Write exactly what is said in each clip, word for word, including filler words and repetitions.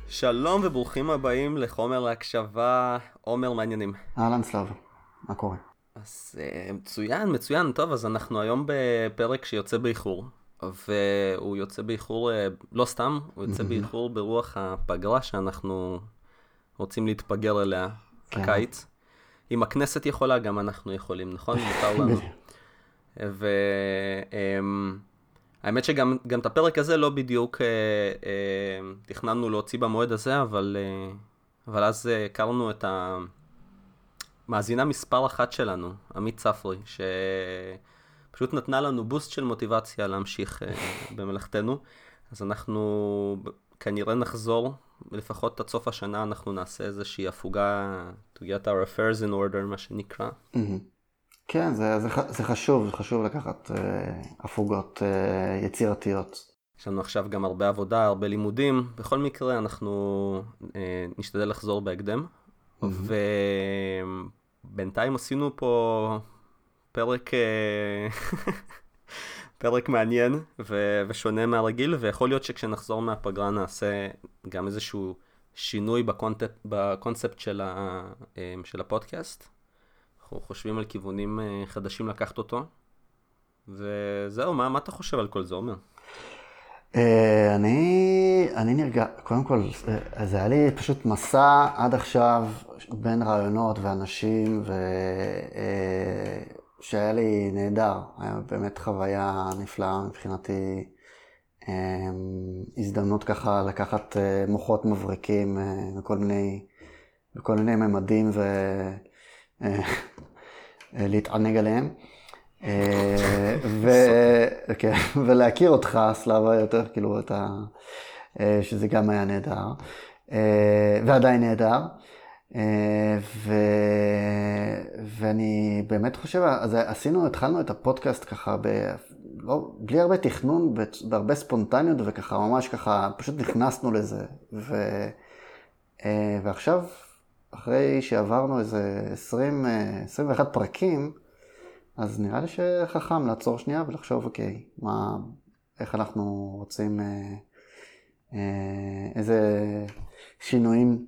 שלום וברוכים הבאים לחומר להקשבה. עומר, מעניינים. אהלן סלאב, מה קורה? אז uh, מצוין, מצוין. טוב, אז אנחנו היום בפרק שיוצא באיחור, והוא יוצא באיחור, uh, לא סתם, הוא יוצא באיחור ברוח הפגרה שאנחנו רוצים להתפגר אליה, כן. הקיץ. אם הכנסת יכולה, גם אנחנו יכולים, נכון? מותר לנו. ו... Um, האמת שגם גם את הפרק הזה לא בדיוק אה, אה, תכננו להוציא במועד הזה, אבל, אה, אבל אז אה, הכרנו את המאזינה מספר אחת שלנו, עמית צפרי, שפשוט נתנה לנו בוסט של מוטיבציה להמשיך אה, במלאכתנו. אז אנחנו כנראה נחזור, לפחות עד סוף השנה אנחנו נעשה איזושהי הפוגה, to get our affairs in order, מה שנקרא. כן, זה, זה, זה חשוב, זה חשוב לקחת אה, הפוגות אה, יצירתיות. יש לנו עכשיו גם הרבה עבודה, הרבה לימודים. בכל מקרה, אנחנו אה, נשתדל לחזור בהקדם. Mm-hmm. ובינתיים עשינו פה פרק, אה, פרק מעניין ו- ושונה מהרגיל, ויכול להיות שכשנחזור מהפגרה נעשה גם איזשהו שינוי בקונטפט, בקונספט של, ה- אה, של הפודקאסט. אנחנו חושבים על כיוונים חדשים לקחת אותו, וזהו, מה, מה אתה חושב על כל זה, עומר? אני, אני נרגע, קודם כל, זה היה לי פשוט מסע עד עכשיו בין רעיונות ואנשים, שהיה לי נהדר, היה באמת חוויה נפלאה מבחינתי, הזדמנות ככה לקחת מוחות מבריקים בכל מיני, בכל מיני ממדים ו... להתענג עליהם, ולהכיר אותך, סלאבה, יותר, כאילו, שזה גם היה נהדר, ועדיין נהדר, ואני באמת חושב, אז עשינו, התחלנו את הפודקאסט ככה, בלי הרבה תכנון, בהרבה ספונטניות, וככה, ממש ככה, פשוט נכנסנו לזה, ועכשיו, אחרי שעברנו איזה עשרים, עשרים ואחד פרקים, אז נראה לי שחכם לעצור שנייה ולחשוב, אוקיי, מה, איך אנחנו רוצים, אה, אה, איזה שינויים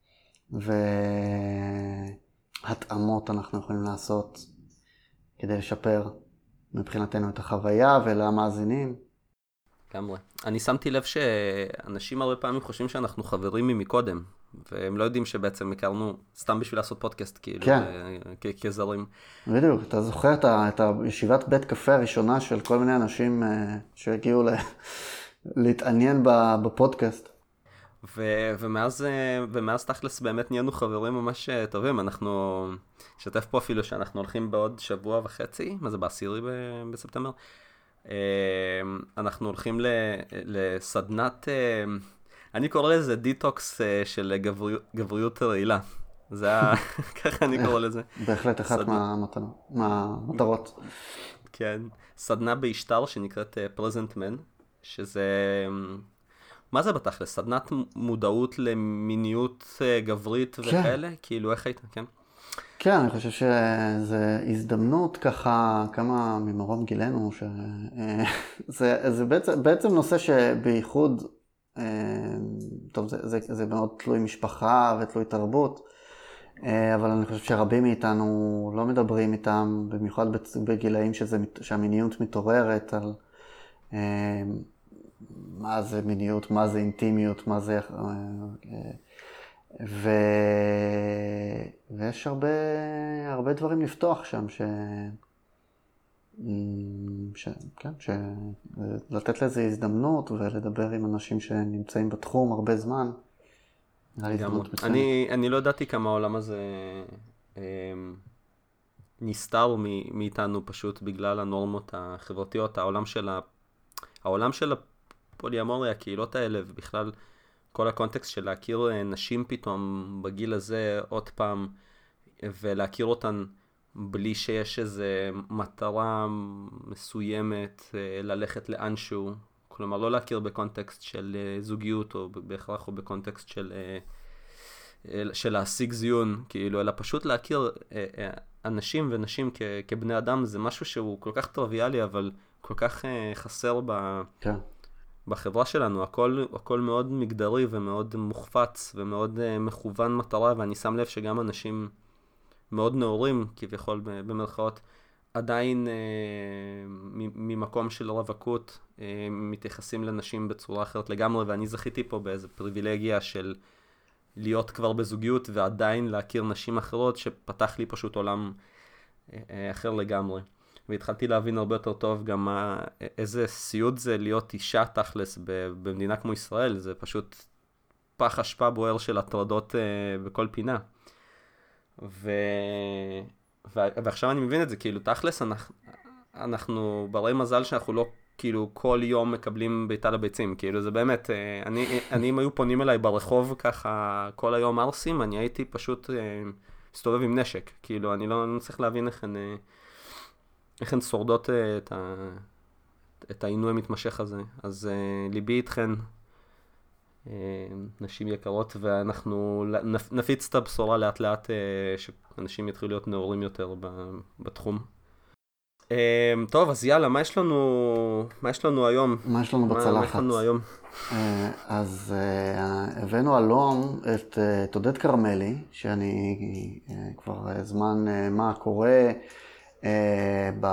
והתאמות אנחנו יכולים לעשות כדי לשפר מבחינתנו את החוויה ולמאזינים. לגמרי. אני שמתי לב שאנשים הרבה פעמים חושבים שאנחנו חברים ממקודם, והם לא יודעים שבעצם הכרנו סתם בשביל לעשות פודקאסט, כאילו, כן. כזרים. בדיוק, אתה זוכר את, את הישיבת בית קפה הראשונה של כל מיני אנשים שהגיעו לה, להתעניין בפודקאסט. ו- ומאז, ומאז תכלס באמת נהיינו חברים ממש טובים. אנחנו נשתף פה אפילו שאנחנו הולכים בעוד שבוע וחצי, מה זה בעשירי ב- בספטמבר? אנחנו הולכים לסדנת, אני קורא לזה דיטוקס של גבריות רעילה. זה ככה אני קורא לזה. בהחלט אחת מהמטרות. כן, סדנה בהשתר שנקראת Present Man, שזה, מה זה בתכלס? סדנת מודעות למיניות גברית וכאלה? כאילו איך היית, כן? כן, אני חושב שזה הזדמנות ככה, כמה ממרום גילנו, שזה זה בעצם, בעצם נושא שבייחוד, טוב, זה, זה, זה מאוד תלוי משפחה ותלוי תרבות, אבל אני חושב שרבים מאיתנו לא מדברים איתם, במיוחד בגילאים שזה, שהמיניות מתעוררת על מה זה מיניות, מה זה אינטימיות, מה זה... ו... ויש הרבה, הרבה דברים לפתוח שם, ש... ש... כן, ש... לתת לזה הזדמנות ולדבר עם אנשים שנמצאים בתחום הרבה זמן. אני, אני לא ידעתי כמה העולם הזה נסתר מאיתנו פשוט בגלל הנורמות החברתיות, העולם של, ה... העולם של הפוליאמוריה, הקהילות האלה ובכלל כל הקונטקסט של להכיר נשים פתאום בגיל הזה עוד פעם, ולהכיר אותן בלי שיש איזה מטרה מסוימת ללכת לאנשהו. כלומר, לא להכיר בקונטקסט של זוגיות, או בהכרח או בקונטקסט של, של להשיג זיון, כאילו, אלא פשוט להכיר אנשים ונשים כ, כבני אדם, זה משהו שהוא כל כך טריוויאלי, אבל כל כך חסר ב... כן. בחברה שלנו, הכל, הכל מאוד מגדרי ומאוד מוחפץ ומאוד uh, מכוון מטרה, ואני שם לב שגם אנשים מאוד נאורים, כביכול במרכאות, עדיין uh, ממקום של רווקות, uh, מתייחסים לנשים בצורה אחרת לגמרי, ואני זכיתי פה באיזו פריבילגיה של להיות כבר בזוגיות, ועדיין להכיר נשים אחרות, שפתח לי פשוט עולם uh, אחר לגמרי. והתחלתי להבין הרבה יותר טוב גם מה, איזה סיוט זה להיות אישה תכלס במדינה כמו ישראל, זה פשוט פח אשפה בוער של הטרדות uh, בכל פינה. ו... ו... ועכשיו אני מבין את זה, כאילו תכלס אנחנו, אנחנו ברי מזל שאנחנו לא כאילו כל יום מקבלים ביתה לביצים, כאילו זה באמת, uh, אני, אני אם היו פונים אליי ברחוב ככה כל היום ארסים, אני הייתי פשוט uh, מסתובב עם נשק, כאילו אני לא, לא צריך להבין איך אני... איך הן שורדות את, ה... את העינוי המתמשך הזה. אז uh, ליבי איתכן, uh, נשים יקרות, ואנחנו נפ... נפיץ את הבשורה לאט לאט, uh, שאנשים יתחילו להיות נאורים יותר ב... בתחום. Uh, טוב, אז יאללה, מה יש לנו, מה יש לנו היום? מה יש לנו בצלחת? מה, מה יש לנו היום? Uh, אז uh, הבאנו אלון את uh, עודד כרמלי, שאני uh, כבר uh, זמן uh, מה קורה, ב...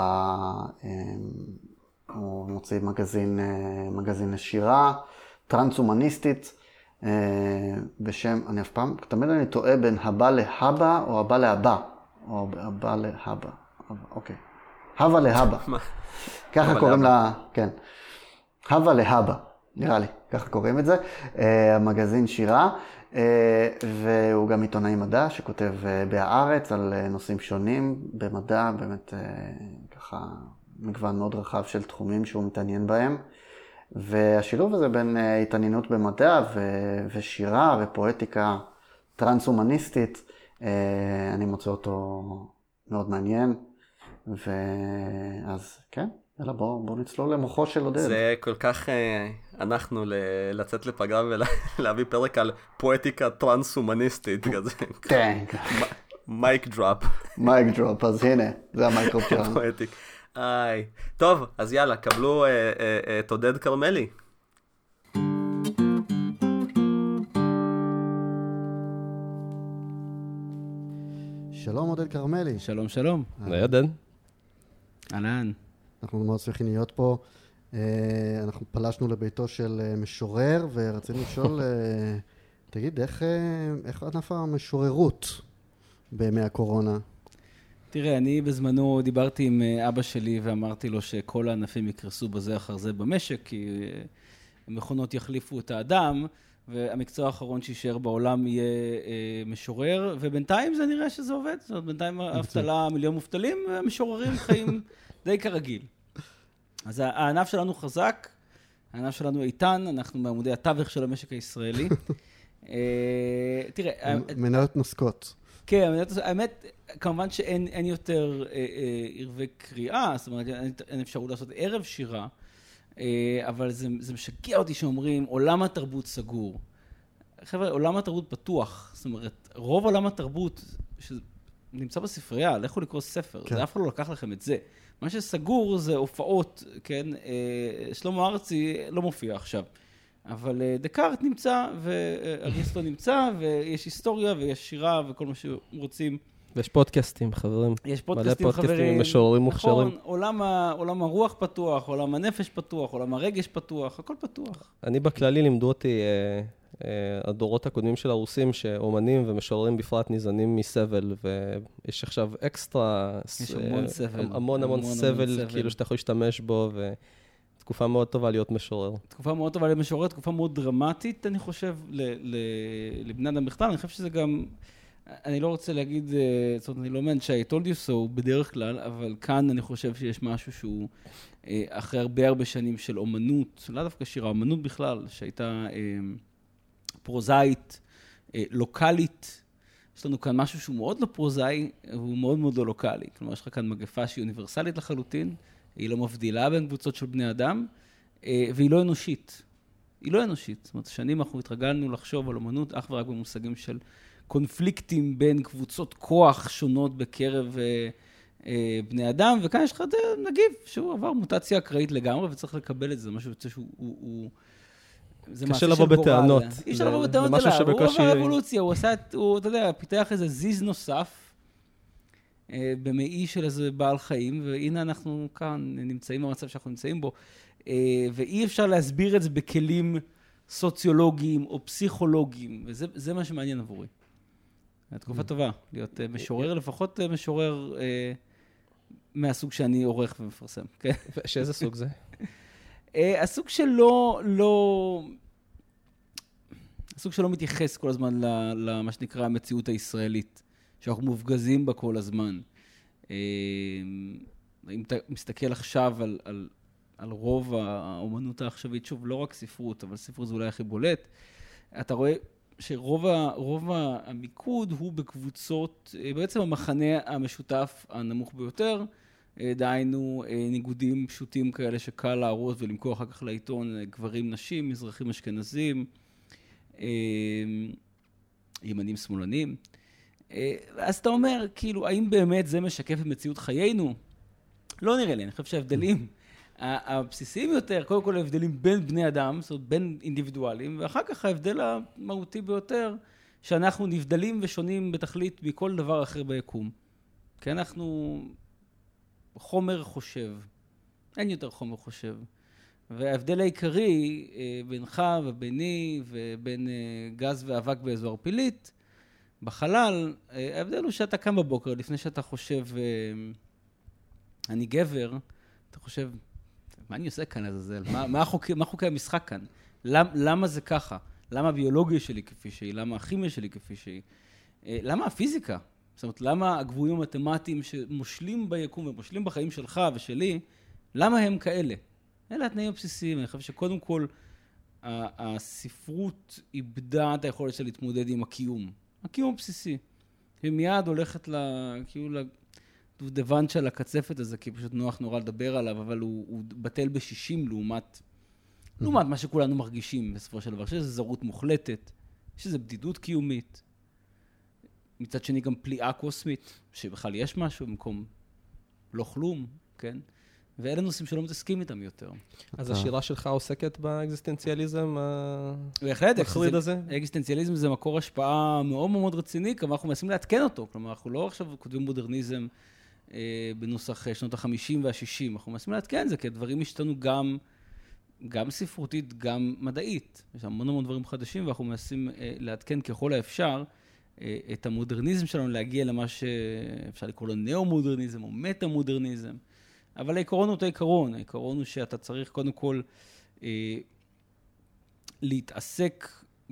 הוא מוציא מגזין, מגזין לשירה, טרנס-הומניסטית, בשם, אני אף פעם, תמיד אני טועה בין הבא להבא או הבא להבא, או הבא להבא, אוקיי. הבא להבא. ככה קוראים לה, כן. הבא להבא, נראה לי, ככה קוראים את זה. המגזין שירה. והוא גם עיתונאי מדע שכותב בהארץ על נושאים שונים במדע, באמת ככה מגוון מאוד רחב של תחומים שהוא מתעניין בהם. והשילוב הזה בין התעניינות במדע ושירה ופואטיקה טרנס-הומניסטית, אני מוצא אותו מאוד מעניין. ואז כן, יאללה, בוא, בוא נצלול למוחו של עודד. זה כל כך אה, אנחנו ל- לצאת לפגרה ולהביא פרק על פואטיקה טרנס-הומניסטית כזה. כן. מייק דרופ. מייק דרופ, אז הנה, זה המייקרופ שלנו. פואטיק. איי. טוב, אז יאללה, קבלו אה, אה, את עודד כרמלי. שלום עודד כרמלי. שלום, שלום. היי עודד. אהלן. אנחנו מאוד שמחים להיות פה. אנחנו פלשנו לביתו של משורר, ורצינו לשאול, תגיד, איך, איך ענף המשוררות בימי הקורונה? תראה, אני בזמנו דיברתי עם אבא שלי ואמרתי לו שכל הענפים יקרסו בזה אחר זה במשק, כי מכונות יחליפו את האדם, והמקצוע האחרון שישאר בעולם יהיה אה, משורר, ובינתיים זה נראה שזה עובד. זאת אומרת, בינתיים האבטלה, מיליון מובטלים, והמשוררים חיים די כרגיל. אז הענף שלנו חזק, הענף שלנו איתן, אנחנו מעמודי התווך של המשק הישראלי. אה, תראה... מניות נוסקות. כן, האמת, כמובן שאין אין יותר אה, אה, ערבי קריאה, זאת אומרת, אין, אין אפשרות לעשות ערב שירה, אבל זה, זה משגע אותי שאומרים, עולם התרבות סגור. חבר'ה, עולם התרבות פתוח. זאת אומרת, רוב עולם התרבות שנמצא בספרייה, לכו לקרוא ספר, כן. זה אף אחד לא לקח לכם את זה. מה שסגור זה הופעות, כן? שלמה ארצי לא מופיע עכשיו. אבל דקארט נמצא, ואריסטו נמצא, ויש היסטוריה, ויש שירה, וכל מה שרוצים. ויש פודקאסטים, חברים. יש פודקאסטים, מלא חברים. פודקאסטים משוררים מוכשרים. נכון, עולם, ה, עולם הרוח פתוח, עולם הנפש פתוח, עולם הרגש פתוח, הכל פתוח. אני בכללי לימדו אותי, אה, אה, הדורות הקודמים של הרוסים, שאומנים ומשוררים בפרט ניזונים מסבל, ויש עכשיו אקסטרה... יש המון סבל. המון המון, המון סבל, סבל, כאילו שאתה יכול להשתמש בו, ותקופה מאוד טובה להיות משורר. תקופה מאוד טובה להיות משורר, תקופה מאוד דרמטית, אני חושב, לבני אדם בכלל. אני חושב שזה גם... אני לא רוצה להגיד, זאת אומרת, אני לא אומר ש-I told you so בדרך כלל, אבל כאן אני חושב שיש משהו שהוא אחרי הרבה הרבה שנים של אומנות, לא דווקא שירה, אומנות בכלל, שהייתה פרוזאית, לוקלית. יש לנו כאן משהו שהוא מאוד לא פרוזאי, והוא מאוד מאוד לא לוקלי. כלומר, יש לך כאן מגפה שהיא אוניברסלית לחלוטין, היא לא מבדילה בין קבוצות של בני אדם, והיא לא אנושית. היא לא אנושית. זאת אומרת, שנים אנחנו התרגלנו לחשוב על אומנות אך ורק במושגים של קונפליקטים בין קבוצות כוח שונות בקרב בני אדם, וכאן יש לך נגיף שהוא עבר מוטציה אקראית לגמרי, וצריך לקבל את זה, משהו שהוא... הוא, קשה לבוא בטענות. אי אפשר לבוא בטענות אליו, הוא עבר אבולוציה, הוא עשה, הוא, אתה יודע, פיתח איזה זיז נוסף, במאי של איזה בעל חיים, והנה אנחנו כאן נמצאים במצב שאנחנו נמצאים בו, ואי אפשר להסביר את זה בכלים סוציולוגיים או פסיכולוגיים, וזה מה שמעניין עבורי. התקופה טובה, להיות משורר, לפחות משורר מהסוג שאני עורך ומפרסם. שאיזה סוג זה? הסוג שלא, לא... הסוג שלא מתייחס כל הזמן למה שנקרא המציאות הישראלית, שאנחנו מופגזים בה כל הזמן. אם אתה מסתכל עכשיו על, על, על רוב האומנות העכשווית, שוב, לא רק ספרות, אבל ספרות זה אולי הכי בולט, אתה רואה שרוב ה, רוב המיקוד הוא בקבוצות, בעצם המחנה המשותף הנמוך ביותר, דהיינו ניגודים פשוטים כאלה שקל להראות ולמכור אחר כך לעיתון, גברים, נשים, מזרחים, אשכנזים, ימנים, שמאלנים. אז אתה אומר, כאילו, האם באמת זה משקף את מציאות חיינו? לא נראה לי, אני חושב שההבדלים הבסיסיים יותר, קודם כל ההבדלים בין בני אדם, זאת אומרת, בין אינדיבידואלים, ואחר כך ההבדל המהותי ביותר, שאנחנו נבדלים ושונים בתכלית מכל דבר אחר ביקום. כי אנחנו חומר חושב, אין יותר חומר חושב. וההבדל העיקרי בינך וביני ובין גז ואבק באזור פילית, בחלל, ההבדל הוא שאתה קם בבוקר, לפני שאתה חושב, אני גבר, אתה חושב, מה אני עושה כאן לזלזל? מה, מה, חוקי, מה חוקי המשחק כאן? למ, למה זה ככה? למה הביולוגיה שלי כפי שהיא? למה הכימיה שלי כפי שהיא? למה הפיזיקה? זאת אומרת, למה הגבוהים המתמטיים שמושלים ביקום ומושלים בחיים שלך ושלי, למה הם כאלה? אלה התנאים הבסיסיים. אני חושב שקודם כל, הספרות איבדה את היכולת שלה להתמודד עם הקיום. הקיום הבסיסי. היא מיד הולכת ל... כאילו לדובדבן של הקצפת הזה, כי פשוט נוח נורא לדבר עליו, אבל הוא, הוא בטל בשישים לעומת, לעומת מה שכולנו מרגישים בסופו של דבר, שזה זרות מוחלטת, שזה בדידות קיומית. מצד שני גם פליאה קוסמית, שבכלל יש משהו במקום לא כלום, כן? ואלה נושאים שלא מתעסקים איתם יותר. אז השירה שלך עוסקת באקזיסטנציאליזם המחריד הזה? אקזיסטנציאליזם זה מקור השפעה מאוד מאוד רציני, כלומר אנחנו מנסים להתקן אותו, כלומר אנחנו לא עכשיו כותבים מודרניזם בנוסח שנות ה-חמישים וה-שישים, אנחנו מנסים להתקן זה, כי הדברים השתנו גם, גם ספרותית, גם מדעית. יש המון המון דברים חדשים, ואנחנו מנסים להתקן ככל האפשר את המודרניזם שלנו, להגיע למה שאפשר לקרוא לו נאו-מודרניזם או מטה-מודרניזם. אבל העיקרון הוא אותו עיקרון. העיקרון הוא שאתה צריך קודם כל אה, להתעסק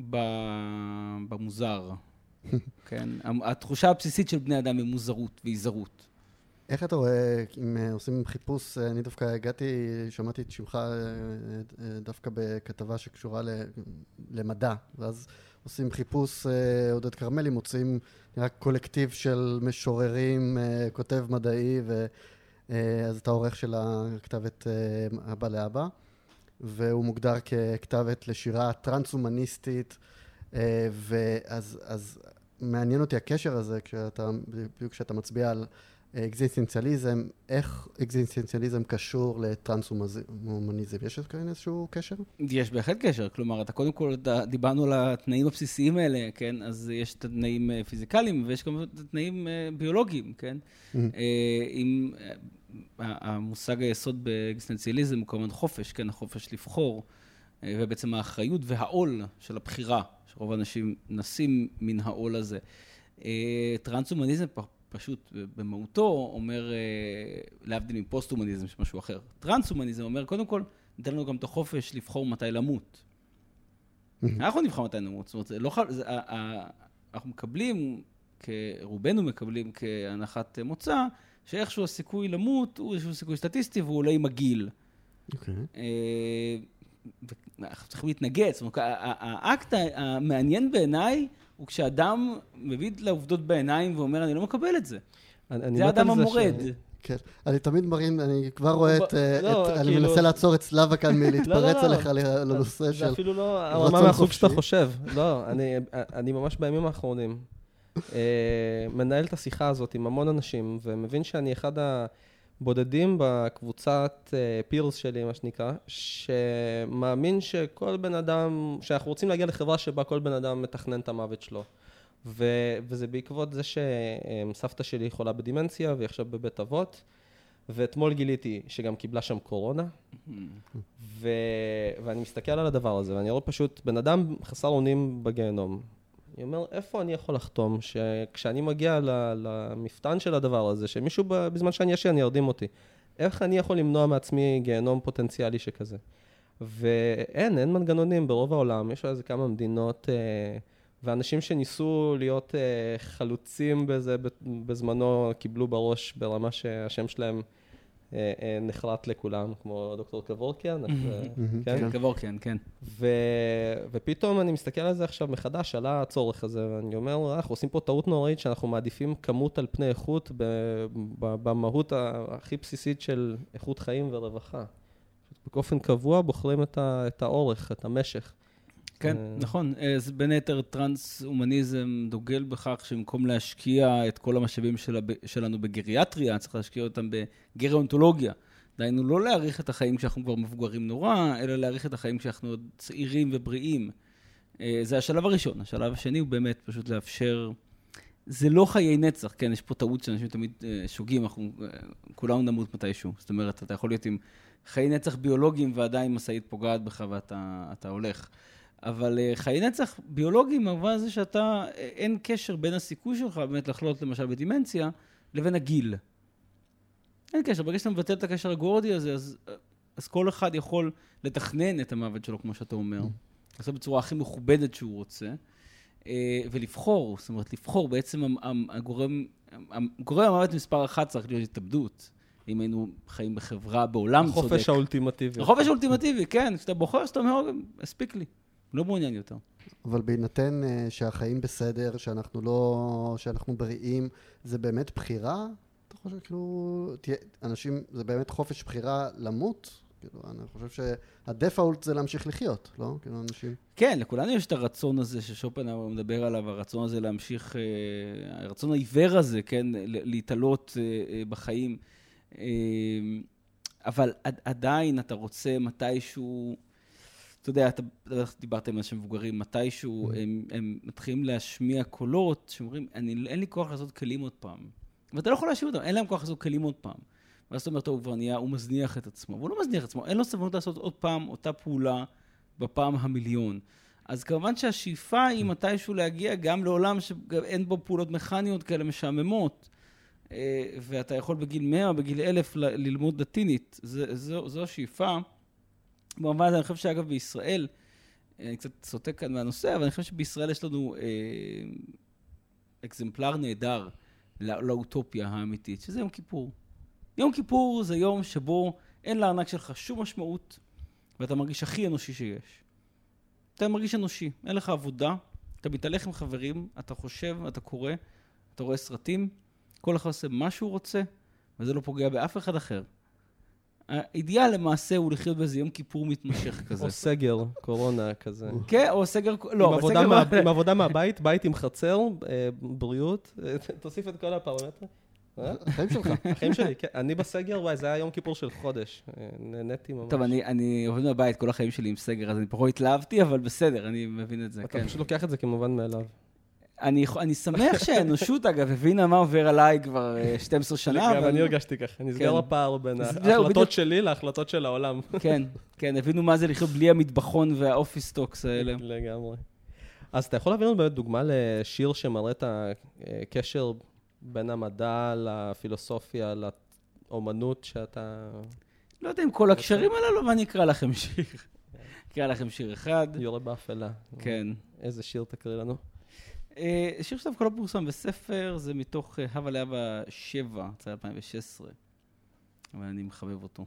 במוזר. כן? התחושה הבסיסית של בני אדם היא מוזרות והיזרות. איך אתה רואה, אם עושים חיפוש, אני דווקא הגעתי, שמעתי את שמך דווקא בכתבה שקשורה למדע, ואז עושים חיפוש, עודד קרמלי, מוצאים רק קולקטיב של משוררים, כותב מדעי, ואז אתה עורך של הכתבת אבא לאבא, והוא מוגדר ככתבת לשירה טרנס-הומניסטית, ואז אז מעניין אותי הקשר הזה, כשאתה, בדיוק כשאתה מצביע על אקזיסטנציאליזם, איך אקזיסטנציאליזם קשור לטרנס-הומניזם? יש כאן איזשהו קשר? יש בהחלט קשר, כלומר, אתה קודם כל, דיברנו על התנאים הבסיסיים האלה, כן? אז יש את התנאים פיזיקליים, ויש גם את התנאים ביולוגיים, כן? עם המושג היסוד באקזיסטנציאליזם הוא כמובן חופש, כן? החופש לבחור, ובעצם האחריות והעול של הבחירה, שרוב האנשים נסים מן העול הזה. טרנס-הומניזם פשוט במהותו אומר, להבדיל מפוסט-הומניזם שמשהו אחר. טרנס-הומניזם אומר, קודם כל, ניתן לנו גם את החופש לבחור מתי למות. אנחנו נבחר מתי למות. זאת אומרת, לא, זה, אנחנו מקבלים, רובנו מקבלים כהנחת מוצא, שאיכשהו הסיכוי למות הוא איזשהו סיכוי סטטיסטי, והוא עולה עם הגיל. אוקיי. אנחנו צריכים להתנגד. זאת אומרת, האקט המעניין בעיניי, הוא כשאדם מביא לעובדות בעיניים ואומר, אני לא מקבל את זה. זה האדם המורד. כן, אני תמיד מראים, אני כבר רואה את, אני מנסה לעצור את סלאבה כאן מלהתפרץ עליך לנושא של... זה אפילו לא הרמה מהסוג שאתה חושב. לא, אני ממש בימים האחרונים מנהל את השיחה הזאת עם המון אנשים, ומבין שאני אחד הבודדים בקבוצת פירס שלי, מה שנקרא, שמאמין שכל בן אדם, שאנחנו רוצים להגיע לחברה שבה כל בן אדם מתכנן את המוות שלו. ו- וזה בעקבות זה שסבתא שלי חולה בדימנציה, והיא עכשיו בבית אבות, ואתמול גיליתי שגם קיבלה שם קורונה, ו- ואני מסתכל על הדבר הזה, ואני רואה פשוט בן אדם חסר אונים בגיהנום. אני אומר, איפה אני יכול לחתום שכשאני מגיע למפתן של הדבר הזה, שמישהו בזמן שאני ישן ירדים אותי, איך אני יכול למנוע מעצמי גיהנום פוטנציאלי שכזה? ואין, אין מנגנונים ברוב העולם, יש איזה כמה מדינות, ואנשים שניסו להיות חלוצים בזה בזמנו, קיבלו בראש ברמה שהשם שלהם נחלט לכולם, כמו דוקטור קוורקיאן. כן, קוורקיאן, כן. ופתאום אני מסתכל על זה עכשיו מחדש, על הצורך הזה, ואני אומר, אנחנו עושים פה טעות נוראית שאנחנו מעדיפים כמות על פני איכות במהות הכי בסיסית של איכות חיים ורווחה. באופן קבוע בוחרים את האורך, את המשך. כן, נכון. אז בין היתר טרנס-הומניזם דוגל בכך שבמקום להשקיע את כל המשאבים שלנו בגריאטריה, צריך להשקיע אותם בגריאונטולוגיה. דהיינו, לא להאריך את החיים כשאנחנו כבר מבוגרים נורא, אלא להאריך את החיים כשאנחנו עוד צעירים ובריאים. זה השלב הראשון. השלב השני הוא באמת פשוט לאפשר... זה לא חיי נצח, כן? יש פה טעות שאנשים תמיד שוגים, אנחנו כולנו נמות מתישהו. זאת אומרת, אתה יכול להיות עם חיי נצח ביולוגיים ועדיין משאית פוגעת בך ואתה הולך. אבל חיי נצח ביולוגיים, במובן הזה שאתה, אין קשר בין הסיכוי שלך באמת לחלות למשל בדימנציה, לבין הגיל. אין קשר, ברגע שאתה מבטל את הקשר הגורדי הזה, אז, אז כל אחד יכול לתכנן את המוות שלו, כמו שאתה אומר. לעשות בצורה הכי מכובדת שהוא רוצה, ולבחור, זאת אומרת, לבחור בעצם הגורם, הגורם המוות מספר אחת צריך להיות התאבדות. אם היינו חיים בחברה, בעולם צודק. החופש האולטימטיבי. החופש האולטימטיבי, כן. כשאתה בוחר, שאתה אומר, הספיק לי. לא מעוניין יותר. אבל בהינתן uh, שהחיים בסדר, שאנחנו לא, שאנחנו בריאים, זה באמת בחירה? אתה חושב, כאילו, תהיה, אנשים, זה באמת חופש בחירה למות? כאילו, אני חושב שהדפאולט זה להמשיך לחיות, לא? כאילו, אנשים... כן, לכולנו יש את הרצון הזה ששופנהאואר מדבר עליו, הרצון הזה להמשיך, uh, הרצון העיוור הזה, כן, להתעלות uh, בחיים. Uh, אבל עדיין אתה רוצה מתישהו... אתה יודע, אתה דיברתם על אנשים מבוגרים, מתישהו הם, הם מתחילים להשמיע קולות, שאומרים, אני, אין לי כוח לעשות כלים עוד פעם. ואתה לא יכול להשמיע אותם, אין להם כוח לעשות כלים עוד פעם. ואז אתה אומר, טוב, הוא כבר נהיה, הוא מזניח את עצמו. והוא לא מזניח את עצמו, אין לו סבלנות לעשות עוד פעם, אותה פעולה, בפעם המיליון. אז כמובן שהשאיפה היא מתישהו להגיע גם לעולם שאין בו פעולות מכניות כאלה משעממות, ואתה יכול בגיל מאה, בגיל אלף, ללמוד לטינית. זה, זו, זו השאיפה. במובן הזה, אני חושב שאגב בישראל, אני קצת סוטה כאן מהנושא, אבל אני חושב שבישראל יש לנו אה, אקזמפלר נהדר לא, לאוטופיה האמיתית, שזה יום כיפור. יום כיפור זה יום שבו אין לארנק שלך שום משמעות, ואתה מרגיש הכי אנושי שיש. אתה מרגיש אנושי, אין לך עבודה, אתה מתהלך עם חברים, אתה חושב, אתה קורא, אתה רואה סרטים, כל אחד עושה מה שהוא רוצה, וזה לא פוגע באף אחד אחר. האידיאל למעשה הוא לחיות באיזה יום כיפור מתמשך כזה. או סגר, קורונה כזה. כן, או סגר, לא, אבל סגר... עם עבודה מהבית, בית עם חצר, בריאות, תוסיף את כל הפרמטרים. החיים שלך. החיים שלי, כן. אני בסגר, וואי, זה היה יום כיפור של חודש. נהניתי ממש. טוב, אני עובד מהבית כל החיים שלי עם סגר, אז אני פחות התלהבתי, אבל בסדר, אני מבין את זה. אתה פשוט לוקח את זה כמובן מאליו. אני, אני שמח שהאנושות, אגב, הבינה מה עובר עליי כבר שתים עשרה שנה. אבל אני הרגשתי ככה, נסגר הפער בין ההחלטות שלי להחלטות של העולם. כן, כן, הבינו מה זה לחיות בלי המטבחון והאופיסטוקס האלה. לגמרי. אז אתה יכול להביא לנו באמת דוגמה לשיר שמראה את הקשר בין המדע לפילוסופיה, לאומנות שאתה... לא יודע אם כל הקשרים הללו, ואני אקרא לכם שיר. אקרא לכם שיר אחד. יורה באפלה. כן. איזה שיר תקריא לנו? שיר שדווקא לא פורסם בספר, זה מתוך הווה להווה שבע, זה אלפיים ושש עשרה, אבל אני מחבב אותו.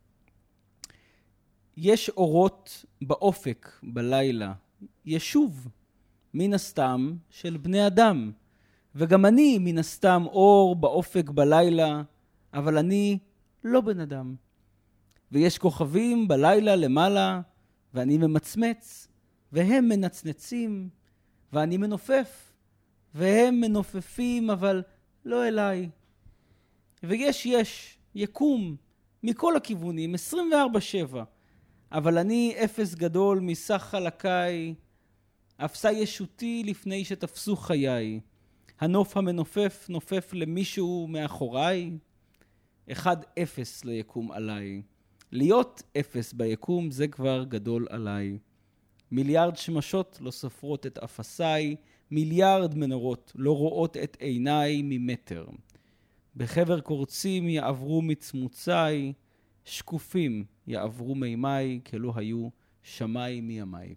יש אורות באופק בלילה, ישוב, מן הסתם של בני אדם, וגם אני מן הסתם אור באופק בלילה, אבל אני לא בן אדם. ויש כוכבים בלילה למעלה, ואני ממצמץ, והם מנצנצים, ואני מנופף, והם מנופפים, אבל לא אליי. ויש, יש, יקום, מכל הכיוונים, עשרים וארבע שבע. אבל אני אפס גדול מסך חלקיי, אפסה ישותי לפני שתפסו חיי. הנוף המנופף נופף למישהו מאחוריי, אחד אפס ליקום עליי. להיות אפס ביקום זה כבר גדול עליי. מיליארד שמשות לא סופרות את אפסיי, מיליארד מנורות לא רואות את עיניי ממטר. בחבר קורצים יעברו מצמוציי, שקופים יעברו מימיי, כלא היו שמי מימיי.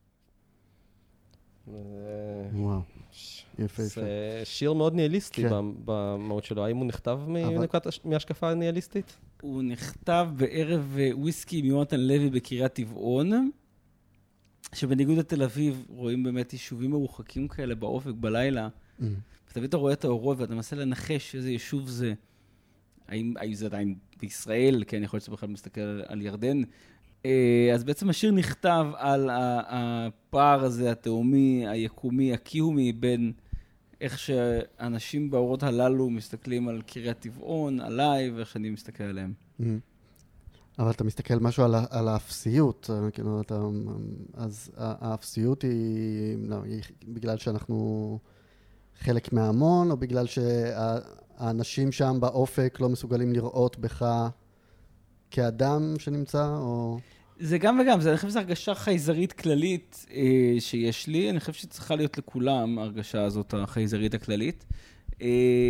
וואו, יפה יפה. זה שיר מאוד ניהליסטי במהות שלו. האם הוא נכתב מהשקפה ניהליסטית? הוא נכתב בערב וויסקי מיונתן לוי בקריית טבעון, שבניגוד לתל אביב רואים באמת יישובים מרוחקים כאלה באופק בלילה, ותמיד אתה רואה את האורות ואתה מנסה לנחש איזה יישוב זה. האם, האם זה עדיין בישראל, כן, יכול להיות שאתה בכלל מסתכל על, על ירדן. אז בעצם השיר נכתב על הפער הזה, התאומי, היקומי, הקיומי, בין איך שאנשים באורות הללו מסתכלים על קריית טבעון, עליי, ואיך שאני מסתכל עליהם. אבל אתה מסתכל משהו על, על האפסיות, כאילו, אתה, אז האפסיות היא, לא, היא בגלל שאנחנו חלק מההמון, או בגלל שהאנשים שם באופק לא מסוגלים לראות בך כאדם שנמצא, או... זה גם וגם, זה, אני חושב שזו הרגשה חייזרית כללית אה, שיש לי, אני חושב שצריכה להיות לכולם ההרגשה הזאת, החייזרית הכללית. אה,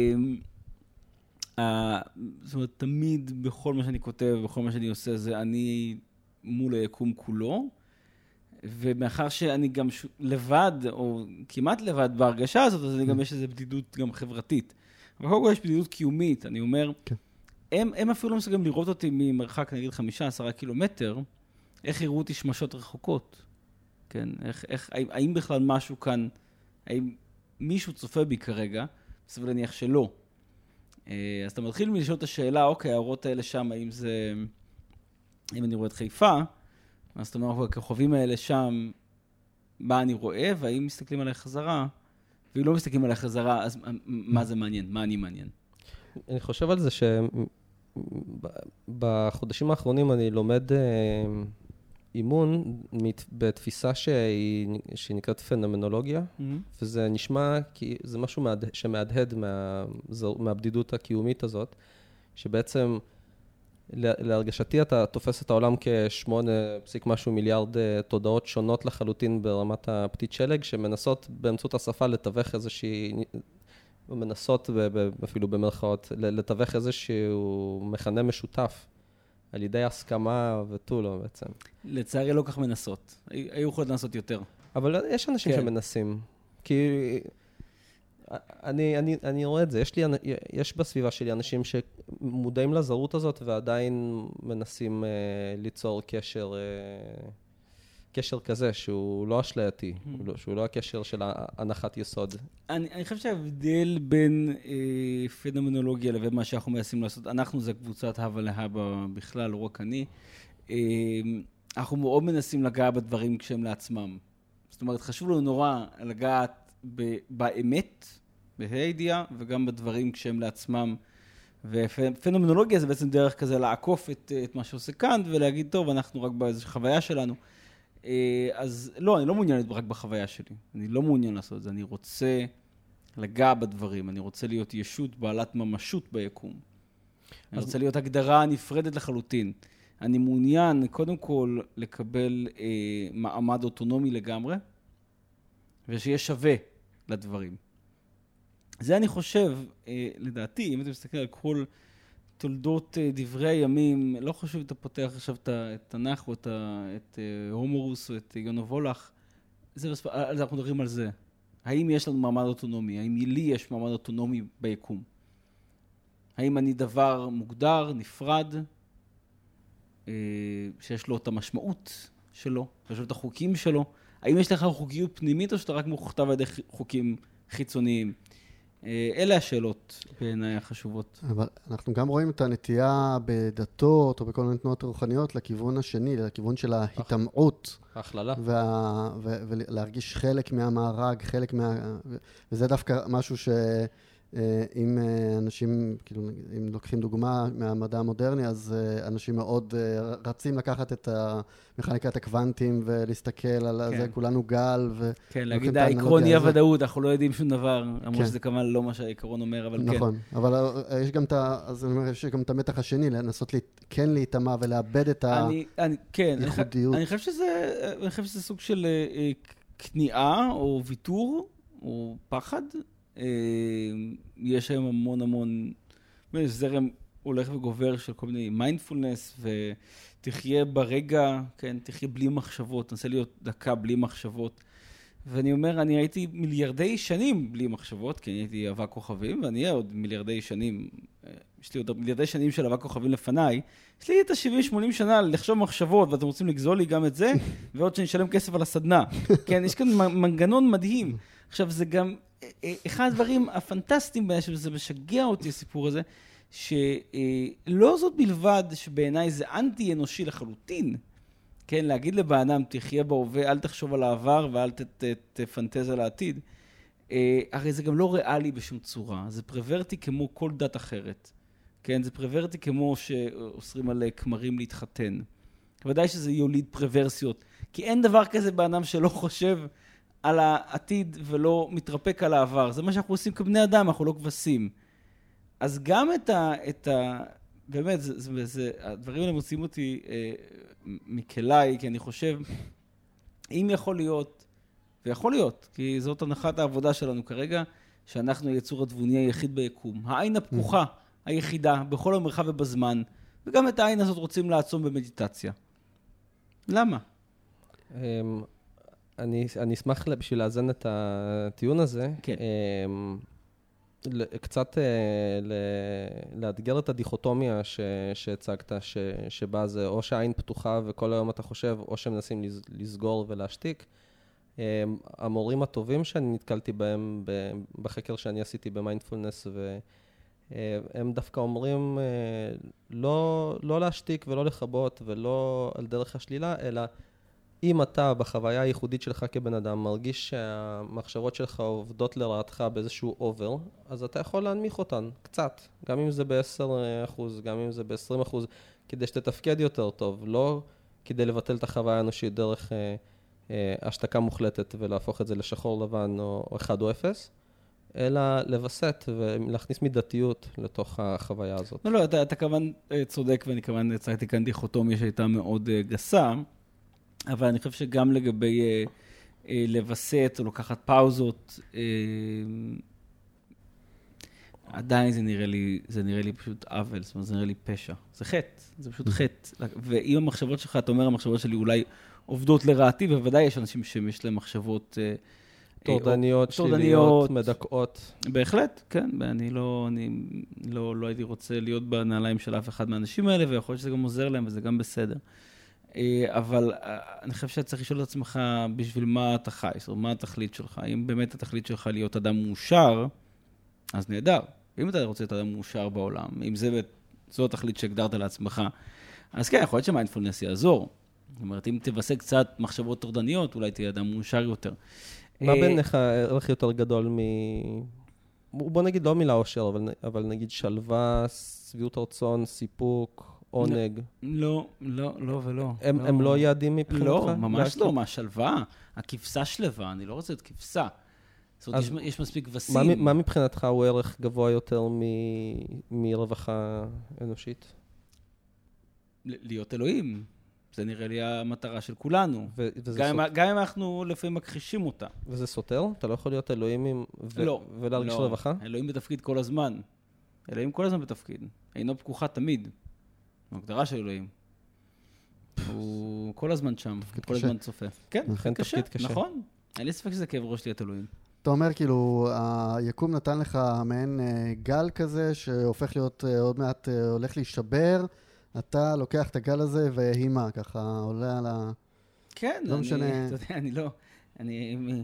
אה, זאת אומרת, תמיד בכל מה שאני כותב, בכל מה שאני עושה, זה אני מול היקום כולו, ומאחר שאני גם ש... לבד, או כמעט לבד בהרגשה הזאת, אז אני גם יש איזו בדידות גם חברתית. אבל קודם כל יש בדידות קיומית, אני אומר, כן. הם, הם אפילו לא מסוגלים לראות אותי ממרחק, נגיד, חמישה, עשרה קילומטר, איך יראו אותי שמשות רחוקות? כן, איך, איך, האם, האם בכלל משהו כאן, האם מישהו צופה בי כרגע, סביר להניח שלא. אז אתה מתחיל מלשאול את השאלה, אוקיי, האורות האלה שם, האם זה, אם אני רואה את חיפה, אז אתה אומר, הכוכבים האלה שם, מה אני רואה, והאם מסתכלים עליי חזרה, ואם לא מסתכלים עליי חזרה, אז מה זה מעניין? מה אני מעניין? אני חושב על זה שבחודשים האחרונים אני לומד אימון בתפיסה שהיא, שהיא נקראת פנומנולוגיה, mm-hmm. וזה נשמע כי זה משהו שמהדהד מה, מהבדידות הקיומית הזאת, שבעצם להרגשתי אתה תופס את העולם כשמונה פסיק משהו מיליארד תודעות שונות לחלוטין ברמת הפתית שלג, שמנסות באמצעות השפה לתווך איזושהי, מנסות אפילו במרכאות, לתווך איזשהו מכנה משותף. על ידי הסכמה ותו לא בעצם. לצערי לא כך מנסות. היו יכולות לנסות יותר. אבל יש אנשים כן. שמנסים. כי אני, אני, אני רואה את זה. יש, לי, יש בסביבה שלי אנשים שמודעים לזרות הזאת ועדיין מנסים uh, ליצור קשר, uh, קשר כזה שהוא לא אשלייתי, mm-hmm. שהוא לא הקשר של הנחת יסוד. אני, אני חושב שההבדל בין אה, פנומנולוגיה לבין מה שאנחנו מנסים לעשות, אנחנו זה קבוצת הווה להבה בכלל, לא רק אני, אה, אנחנו מאוד מנסים לגעת בדברים כשהם לעצמם. זאת אומרת, חשוב לנו נורא לגעת ב, באמת, בהידיעה, וגם בדברים כשהם לעצמם. ופנומנולוגיה זה בעצם דרך כזה לעקוף את, את מה שעושה כאן, ולהגיד, טוב, אנחנו רק באיזו חוויה שלנו. אז לא, אני לא מעוניין רק בחוויה שלי. אני לא מעוניין לעשות את זה. אני רוצה לגע בדברים. אני רוצה להיות ישות בעלת ממשות ביקום. אני רוצה להיות הגדרה נפרדת לחלוטין. אני מעוניין, קודם כל, לקבל אה, מעמד אוטונומי לגמרי, ושיהיה שווה לדברים. זה אני חושב, אה, לדעתי, אם אתה מסתכל על כל תולדות דברי הימים, לא חשוב אם אתה פותח עכשיו את התנ"ך או את, את הומורוס או את יונה וולך, זה, אז אנחנו מדברים על זה. האם יש לנו מעמד אוטונומי? האם לי יש מעמד אוטונומי ביקום? האם אני דבר מוגדר, נפרד, שיש לו את המשמעות שלו, שיש לו את החוקים שלו? האם יש לך חוקיות פנימית או שאתה רק מוכתב על ידי חוקים חיצוניים? אלה השאלות בעיניי החשובות. אבל אנחנו גם רואים את הנטייה בדתות או בכל מיני תנועות רוחניות לכיוון השני, לכיוון של ההתאמעות. ההכללה. וה... ו... ולהרגיש חלק מהמארג, חלק מה... וזה דווקא משהו ש... אם אנשים, כאילו, אם לוקחים דוגמה מהמדע המודרני, אז אנשים מאוד רצים לקחת את מכניקת הקוונטים ולהסתכל על זה, כולנו גל. כן, להגיד העקרון אי הוודאות, אנחנו לא יודעים שום דבר, למרות שזה כמובן לא מה שהעקרון אומר, אבל כן. נכון, אבל יש גם את, אז אני אומר, יש גם את המתח השני, לנסות כן להיטמע ולאבד את הייחודיות. אני חושב שזה, אני חושב שזה סוג של כניעה או ויתור או פחד. יש היום המון המון, זרם הולך וגובר של כל מיני מיינדפולנס, ותחיה ברגע, כן, תחיה בלי מחשבות, תנסה להיות דקה בלי מחשבות. ואני אומר, אני הייתי מיליארדי שנים בלי מחשבות, כי אני הייתי אבק כוכבים, ואני אהיה עוד מיליארדי שנים, יש לי עוד מיליארדי שנים של אבק כוכבים לפניי, יש לי את ה-שבעים שמונים שנה לחשוב מחשבות, ואתם רוצים לגזול לי גם את זה, ועוד שאני אשלם כסף על הסדנה. כן, יש כאן מנגנון מדהים. עכשיו, זה גם אחד הדברים הפנטסטיים בעיה, שזה משגע אותי הסיפור הזה, שלא זאת בלבד שבעיניי זה אנטי אנושי לחלוטין, כן, להגיד לבענם, תחיה בהווה, אל תחשוב על העבר ואל תפנטז על העתיד, הרי זה גם לא ריאלי בשום צורה, זה פרוורטי כמו כל דת אחרת, כן, זה פרוורטי כמו שאוסרים על כמרים להתחתן, ודאי שזה יוליד פרוורסיות, כי אין דבר כזה בענם שלא חושב על העתיד ולא מתרפק על העבר. זה מה שאנחנו עושים כבני אדם, אנחנו לא כבשים. אז גם את ה... את ה באמת, זה, זה, זה, הדברים האלה מוצאים אותי אה, מכלי, כי אני חושב, אם יכול להיות, ויכול להיות, כי זאת הנחת העבודה שלנו כרגע, שאנחנו היצור התבוני היחיד ביקום. העין הפקוחה היחידה, בכל המרחב ובזמן, וגם את העין הזאת רוצים לעצום במדיטציה. למה? אני, אני אשמח בשביל לאזן את הטיעון הזה. כן. קצת לאתגר את הדיכוטומיה ש, שהצגת, ש, שבה זה או שהעין פתוחה וכל היום אתה חושב, או שמנסים לסגור ולהשתיק. המורים הטובים שאני נתקלתי בהם בחקר שאני עשיתי במיינדפולנס, והם דווקא אומרים לא, לא להשתיק ולא לחבות ולא על דרך השלילה, אלא אם אתה בחוויה הייחודית שלך כבן אדם מרגיש שהמחשבות שלך עובדות לרעתך באיזשהו אובר, אז אתה יכול להנמיך אותן קצת, גם אם זה ב-עשרה אחוז, גם אם זה ב-עשרים אחוז, כדי שתתפקד יותר טוב, לא כדי לבטל את החוויה האנושית דרך אה, אה, השתקה מוחלטת ולהפוך את זה לשחור לבן או, או אחד או אפס, אלא לבסט ולהכניס מידתיות לתוך החוויה הזאת. לא, לא, אתה, אתה כמובן צודק, ואני כמובן הצגתי כאן דיכוטומיה שהייתה מאוד אה, גסה, אבל אני חושב שגם לגבי אה, אה, לבסט או לקחת פאוזות, אה, עדיין זה נראה לי, זה נראה לי פשוט עוול, זאת אומרת, זה נראה לי פשע. זה חטא, זה פשוט חטא. ואם המחשבות שלך, אתה אומר, המחשבות שלי אולי עובדות לרעתי, ובוודאי יש אנשים שיש להם מחשבות אה, טורדניות, שליליות, מדכאות. בהחלט, כן. ואני לא, אני לא, לא הייתי רוצה להיות בנעליים של אף אחד מהאנשים האלה, ויכול להיות שזה גם עוזר להם, וזה גם בסדר. אבל אני חושב שאתה צריך לשאול את עצמך בשביל מה אתה חי, זאת אומרת, מה התכלית שלך. אם באמת התכלית שלך להיות אדם מאושר, אז נהדר. אם אתה רוצה להיות אדם מאושר בעולם, אם זה, זו התכלית שהגדרת לעצמך, אז כן, יכול להיות שמיינדפולנס יעזור. זאת אומרת, אם תבסה קצת מחשבות טורדניות, אולי תהיה אדם מאושר יותר. מה בעיניך ערך יותר גדול מ... בוא נגיד לא מילה אושר, אבל, אבל נגיד שלווה, שביעות רצון, סיפוק, עונג. לא, לא, לא ולא. הם, לא. הם לא יעדים מבחינתך? לא, ממש לא, מה שלווה? הכבשה שלווה, אני לא רוצה את כבשה. זאת אומרת, יש, יש מספיק כבשים. מה, מה מבחינתך הוא ערך גבוה יותר מ, מרווחה אנושית? להיות אלוהים. זה נראה לי המטרה של כולנו. ו- גם, סוט... גם אם אנחנו לפעמים מכחישים אותה. וזה סותר? אתה לא יכול להיות אלוהים עם... ו- לא. ולהרגיש לא. רווחה? אלוהים בתפקיד כל הזמן. אלוהים כל הזמן בתפקיד. אינו פקוחה תמיד. ההגדרה של אלוהים. הוא כל הזמן שם. כל קשה. הזמן צופה. כן, לכן קשה. תפקיד קשה. נכון. אין לי ספק שזה כאב ראש להיות אלוהים. אתה אומר כאילו, היקום נתן לך מעין גל כזה, שהופך להיות עוד מעט הולך להישבר, אתה לוקח את הגל הזה והימה, ככה עולה על ה... כן, לא אני, משנה... אתה יודע, אני לא... אני...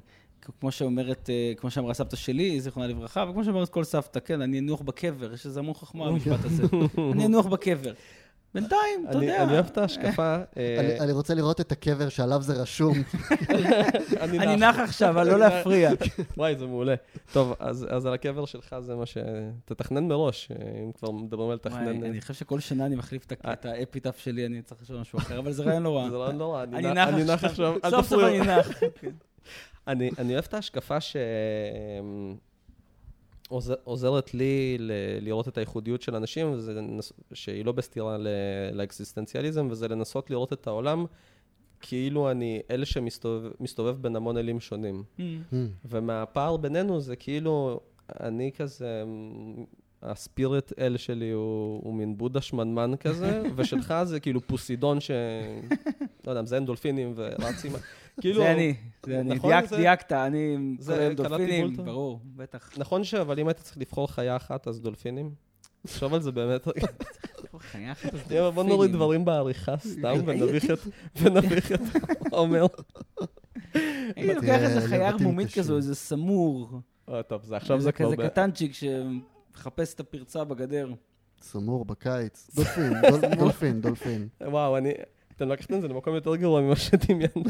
כמו שאומרת, כמו שאמרה סבתא שלי, זיכרונה לברכה, וכמו שאומרת כל סבתא, כן, אני אנוח בקבר, יש איזה המון חכמה במשפט הזה. אני אנוח בקבר. בינתיים, אתה יודע. אני אוהב את ההשקפה. אני רוצה לראות את הקבר שעליו זה רשום. אני נח עכשיו, אבל לא להפריע. וואי, זה מעולה. טוב, אז על הקבר שלך זה מה ש... תתכנן מראש, אם כבר מדברים על תכנן. אני חושב שכל שנה אני מחליף את האפיטאפ שלי, אני צריך לשאול משהו אחר, אבל זה רעיון לא רע. זה רעיון לא רע. אני נח עכשיו. סוף סוף אני נח. אני אוהב את ההשקפה ש... עוזרת לי לראות את הייחודיות של אנשים, שהיא לא בסתירה לאקזיסטנציאליזם, וזה לנסות לראות את העולם כאילו אני אלה שמסתובב בין המון אלים שונים. ומהפער בינינו זה כאילו, אני כזה, הספיריט אל שלי הוא מין בודה שמנמן כזה, ושלך זה כאילו פוסידון ש... לא יודע, מזיין דולפינים ורצים... זה אני, זה אני, דייקת, אני קוראים דולפינים, ברור, בטח. נכון שאבל אם היית צריך לבחור חיה אחת, אז דולפינים? תחשוב על זה באמת. חיה אחת, אז דולפינים. בוא נוריד דברים בעריכה סתם, ונביך את עומר. אני לוקח איזה חיה ערמומית כזו, איזה סמור. טוב, זה עכשיו זה כבר... כזה קטנצ'יק שמחפש את הפרצה בגדר. סמור בקיץ. דולפין, דולפין, דולפין. וואו, אני... אתם לקחתם את זה למקום יותר גרוע ממה שדמיינו.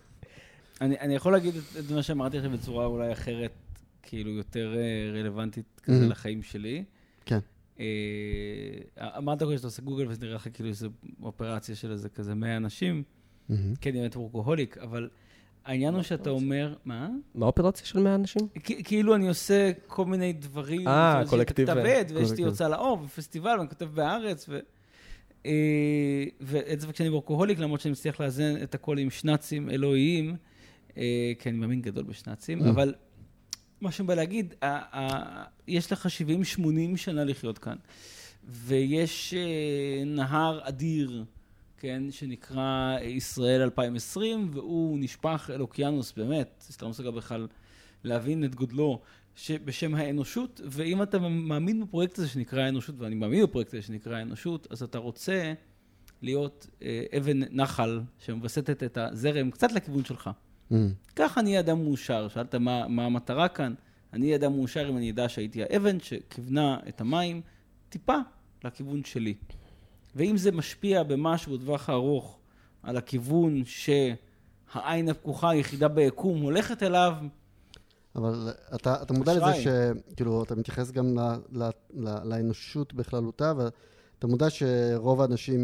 אני יכול להגיד את מה שאמרתי לכם בצורה אולי אחרת, כאילו יותר רלוונטית כזה לחיים שלי. כן. אמרת כל שאתה עושה גוגל וזה נראה לך כאילו איזו אופרציה של איזה כזה מאה אנשים, כן, באמת וורקוהוליק, אבל העניין הוא שאתה אומר, מה? מה האופרציה של מאה אנשים? כאילו אני עושה כל מיני דברים, אה, קולקטיב. ויש לי הוצאה לאור, ופסטיבל, ואני כותב בארץ, ו... ואת זה כשאני וורקוהוליק, למרות שאני מצליח לאזן את הכל עם שנצים אלוהיים, כי אני מאמין גדול בשנצים, אבל מה שאני בא להגיד, יש לך שבעים שמונים שנה לחיות כאן, ויש נהר אדיר, כן, שנקרא ישראל אלפיים עשרים, והוא נשפך אל אוקיינוס, באמת, סתם מסוגל בכלל להבין את גודלו, בשם האנושות, ואם אתה מאמין בפרויקט הזה שנקרא האנושות, ואני מאמין בפרויקט הזה שנקרא האנושות, אז אתה רוצה להיות אה, אבן נחל שמבסטת את הזרם קצת לכיוון שלך. Mm. ככה אני אדם מאושר. שאלת מה, מה המטרה כאן? אני אדם מאושר אם אני ידע שהייתי האבן שכיוונה את המים טיפה לכיוון שלי. ואם זה משפיע במשהו בטווח הארוך על הכיוון שהעין הפקוחה היחידה ביקום הולכת אליו, אבל אתה, אתה מודע לזה שכאילו אתה מתייחס גם ל, ל, ל, לאנושות בכללותה, ואתה מודע שרוב האנשים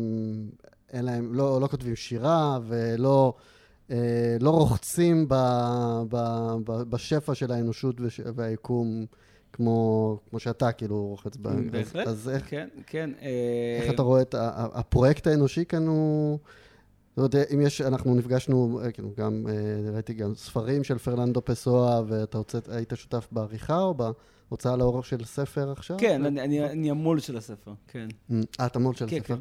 אין להם, לא, לא כותבים שירה ולא אה, לא רוחצים ב, ב, ב, בשפע של האנושות והיקום כמו, כמו שאתה כאילו רוחץ ב... בהחלט, אז, אז איך, כן, כן. איך אתה רואה את הפרויקט האנושי כאן הוא... זאת אומרת, אם יש, אנחנו נפגשנו, כאילו, גם, ראיתי גם ספרים של פרננדו פסואה, ואתה הוצאת, היית שותף בעריכה או בהוצאה לאור של ספר עכשיו? כן, אני, אני, אני המול של הספר, כן. אה, אתה המול של כן, הספר? כן.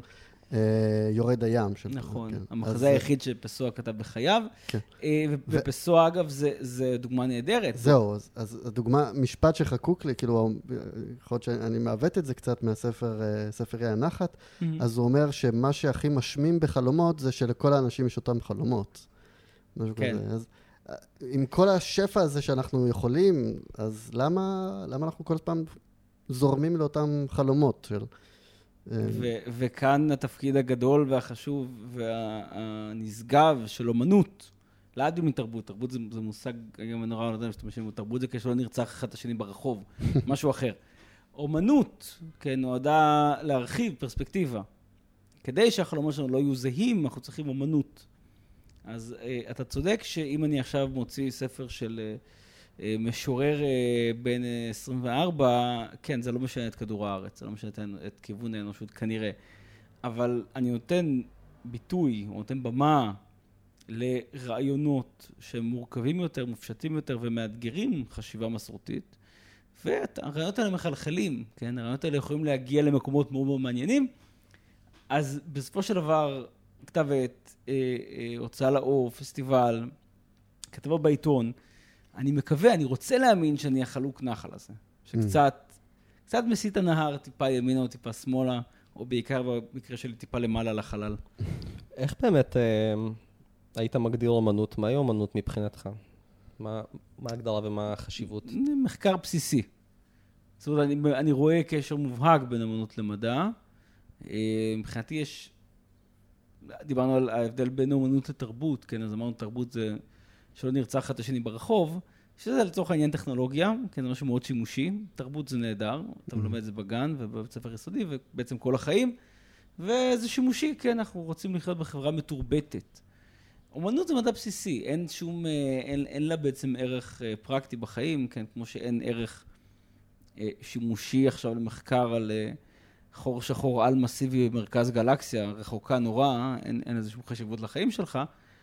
יורד הים. נכון, כן. המחזה היחיד שפסואה כתב בחייו, כן. ופסואה אגב זה, זה דוגמה נהדרת. זהו, אז, אז הדוגמה, משפט שחקוק לי, כאילו, יכול להיות שאני מעוות את זה קצת מהספר, ספר הנחת, mm-hmm. אז הוא אומר שמה שהכי משמים בחלומות זה שלכל האנשים יש אותם חלומות. כן. כזה. אז עם כל השפע הזה שאנחנו יכולים, אז למה, למה אנחנו כל פעם זורמים לאותם חלומות של... ו- וכאן התפקיד הגדול והחשוב והנשגב של אומנות, להבדיל מתרבות. תרבות זה, זה מושג, גם אני נורא לא יודע משתמשים בו, תרבות זה כשלא נרצח אחד השני ברחוב, משהו אחר. אומנות, כן, נועדה להרחיב פרספקטיבה. כדי שהחלומות שלנו לא יהיו זהים, אנחנו צריכים אומנות. אז אתה צודק שאם אני עכשיו מוציא ספר של... משורר בין עשרים וארבע, כן, זה לא משנה את כדור הארץ, זה לא משנה את כיוון האנושות כנראה, אבל אני נותן ביטוי, או נותן במה לרעיונות שהם מורכבים יותר, מופשטים יותר ומאתגרים חשיבה מסורתית, והרעיונות האלה מחלחלים, כן, הרעיונות האלה יכולים להגיע למקומות מאוד מאוד מעניינים, אז בסופו של דבר, כתבת, הוצאה לאור, פסטיבל, כתבה בעיתון, אני מקווה, אני רוצה להאמין שאני החלוק נחל הזה, שקצת, קצת מסית הנהר, טיפה ימינה או טיפה שמאלה, או בעיקר במקרה שלי טיפה למעלה לחלל. איך באמת אה, היית מגדיר אומנות? מהי אומנות מבחינתך? מה, מה ההגדרה ומה החשיבות? מחקר בסיסי. זאת אומרת, אני, אני רואה קשר מובהק בין אמנות למדע. מבחינתי יש, דיברנו על ההבדל בין אמנות לתרבות, כן, אז אמרנו תרבות זה שלא נרצח אחד השני ברחוב, שזה לצורך העניין טכנולוגיה, כן, זה משהו מאוד שימושי. תרבות זה נהדר, אתה מלמד את זה בגן ובבית ספר יסודי ובעצם כל החיים, וזה שימושי, כן, אנחנו רוצים לחיות בחברה מתורבתת. אומנות זה מדע בסיסי, אין שום, אין, אין לה בעצם ערך פרקטי בחיים, כן, כמו שאין ערך שימושי עכשיו למחקר על חור שחור על מסיבי במרכז גלקסיה, רחוקה נורא, אין, אין איזושהי חשיבות לחיים שלך.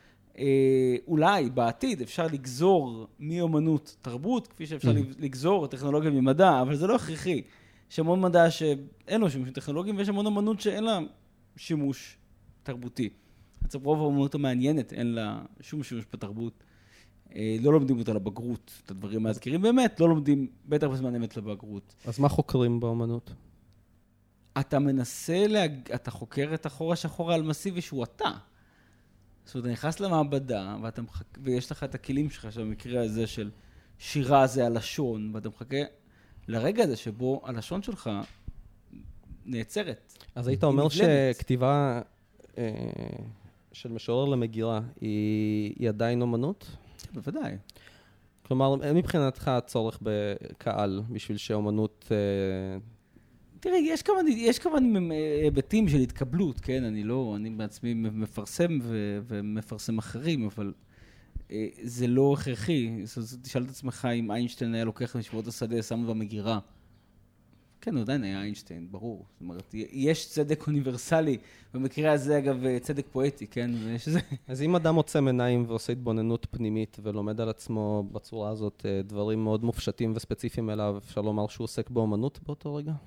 אולי בעתיד אפשר לגזור מאומנות תרבות, כפי שאפשר לגזור טכנולוגיה ממדע, אבל זה לא הכרחי. יש המון מדע שאין לו שימוש טכנולוגיים, ויש המון אמנות שאין לה שימוש תרבותי. בעצם רוב האמנות המעניינת אין לה שום שימוש בתרבות. לא לומדים אותה לבגרות, את הדברים מהזכירים באמת, לא לומדים בטח בזמן אמת לבגרות. אז מה חוקרים באמנות? אתה מנסה, להג... אתה חוקר את החור השחור על מסיבי שהוא אתה. זאת אומרת, אתה נכנס למעבדה, ואתה מחכה, ויש לך את הכלים שלך, שבמקרה הזה של שירה זה הלשון, ואתה מחכה לרגע הזה שבו הלשון שלך נעצרת. אז היית אומר שכתיבה אה, של משורר למגירה היא, היא עדיין אומנות? בוודאי. כלומר, מבחינתך הצורך בקהל בשביל שאומנות... אה, תראה, יש כמה, יש כמה היבטים של התקבלות, כן? אני לא, אני בעצמי מפרסם ו, ומפרסם אחרים, אבל אה, זה לא הכרחי. תשאל את עצמך אם איינשטיין היה לוקח משבועות השדה, שם במגירה. כן, הוא עדיין היה איינשטיין, ברור. זאת אומרת, יש צדק אוניברסלי, במקרה הזה אגב צדק פואטי, כן? יש זה. אז אם אדם עוצם עיניים ועושה התבוננות פנימית ולומד על עצמו בצורה הזאת דברים מאוד מופשטים וספציפיים אליו, אפשר לומר שהוא עוסק באומנות באותו רגע?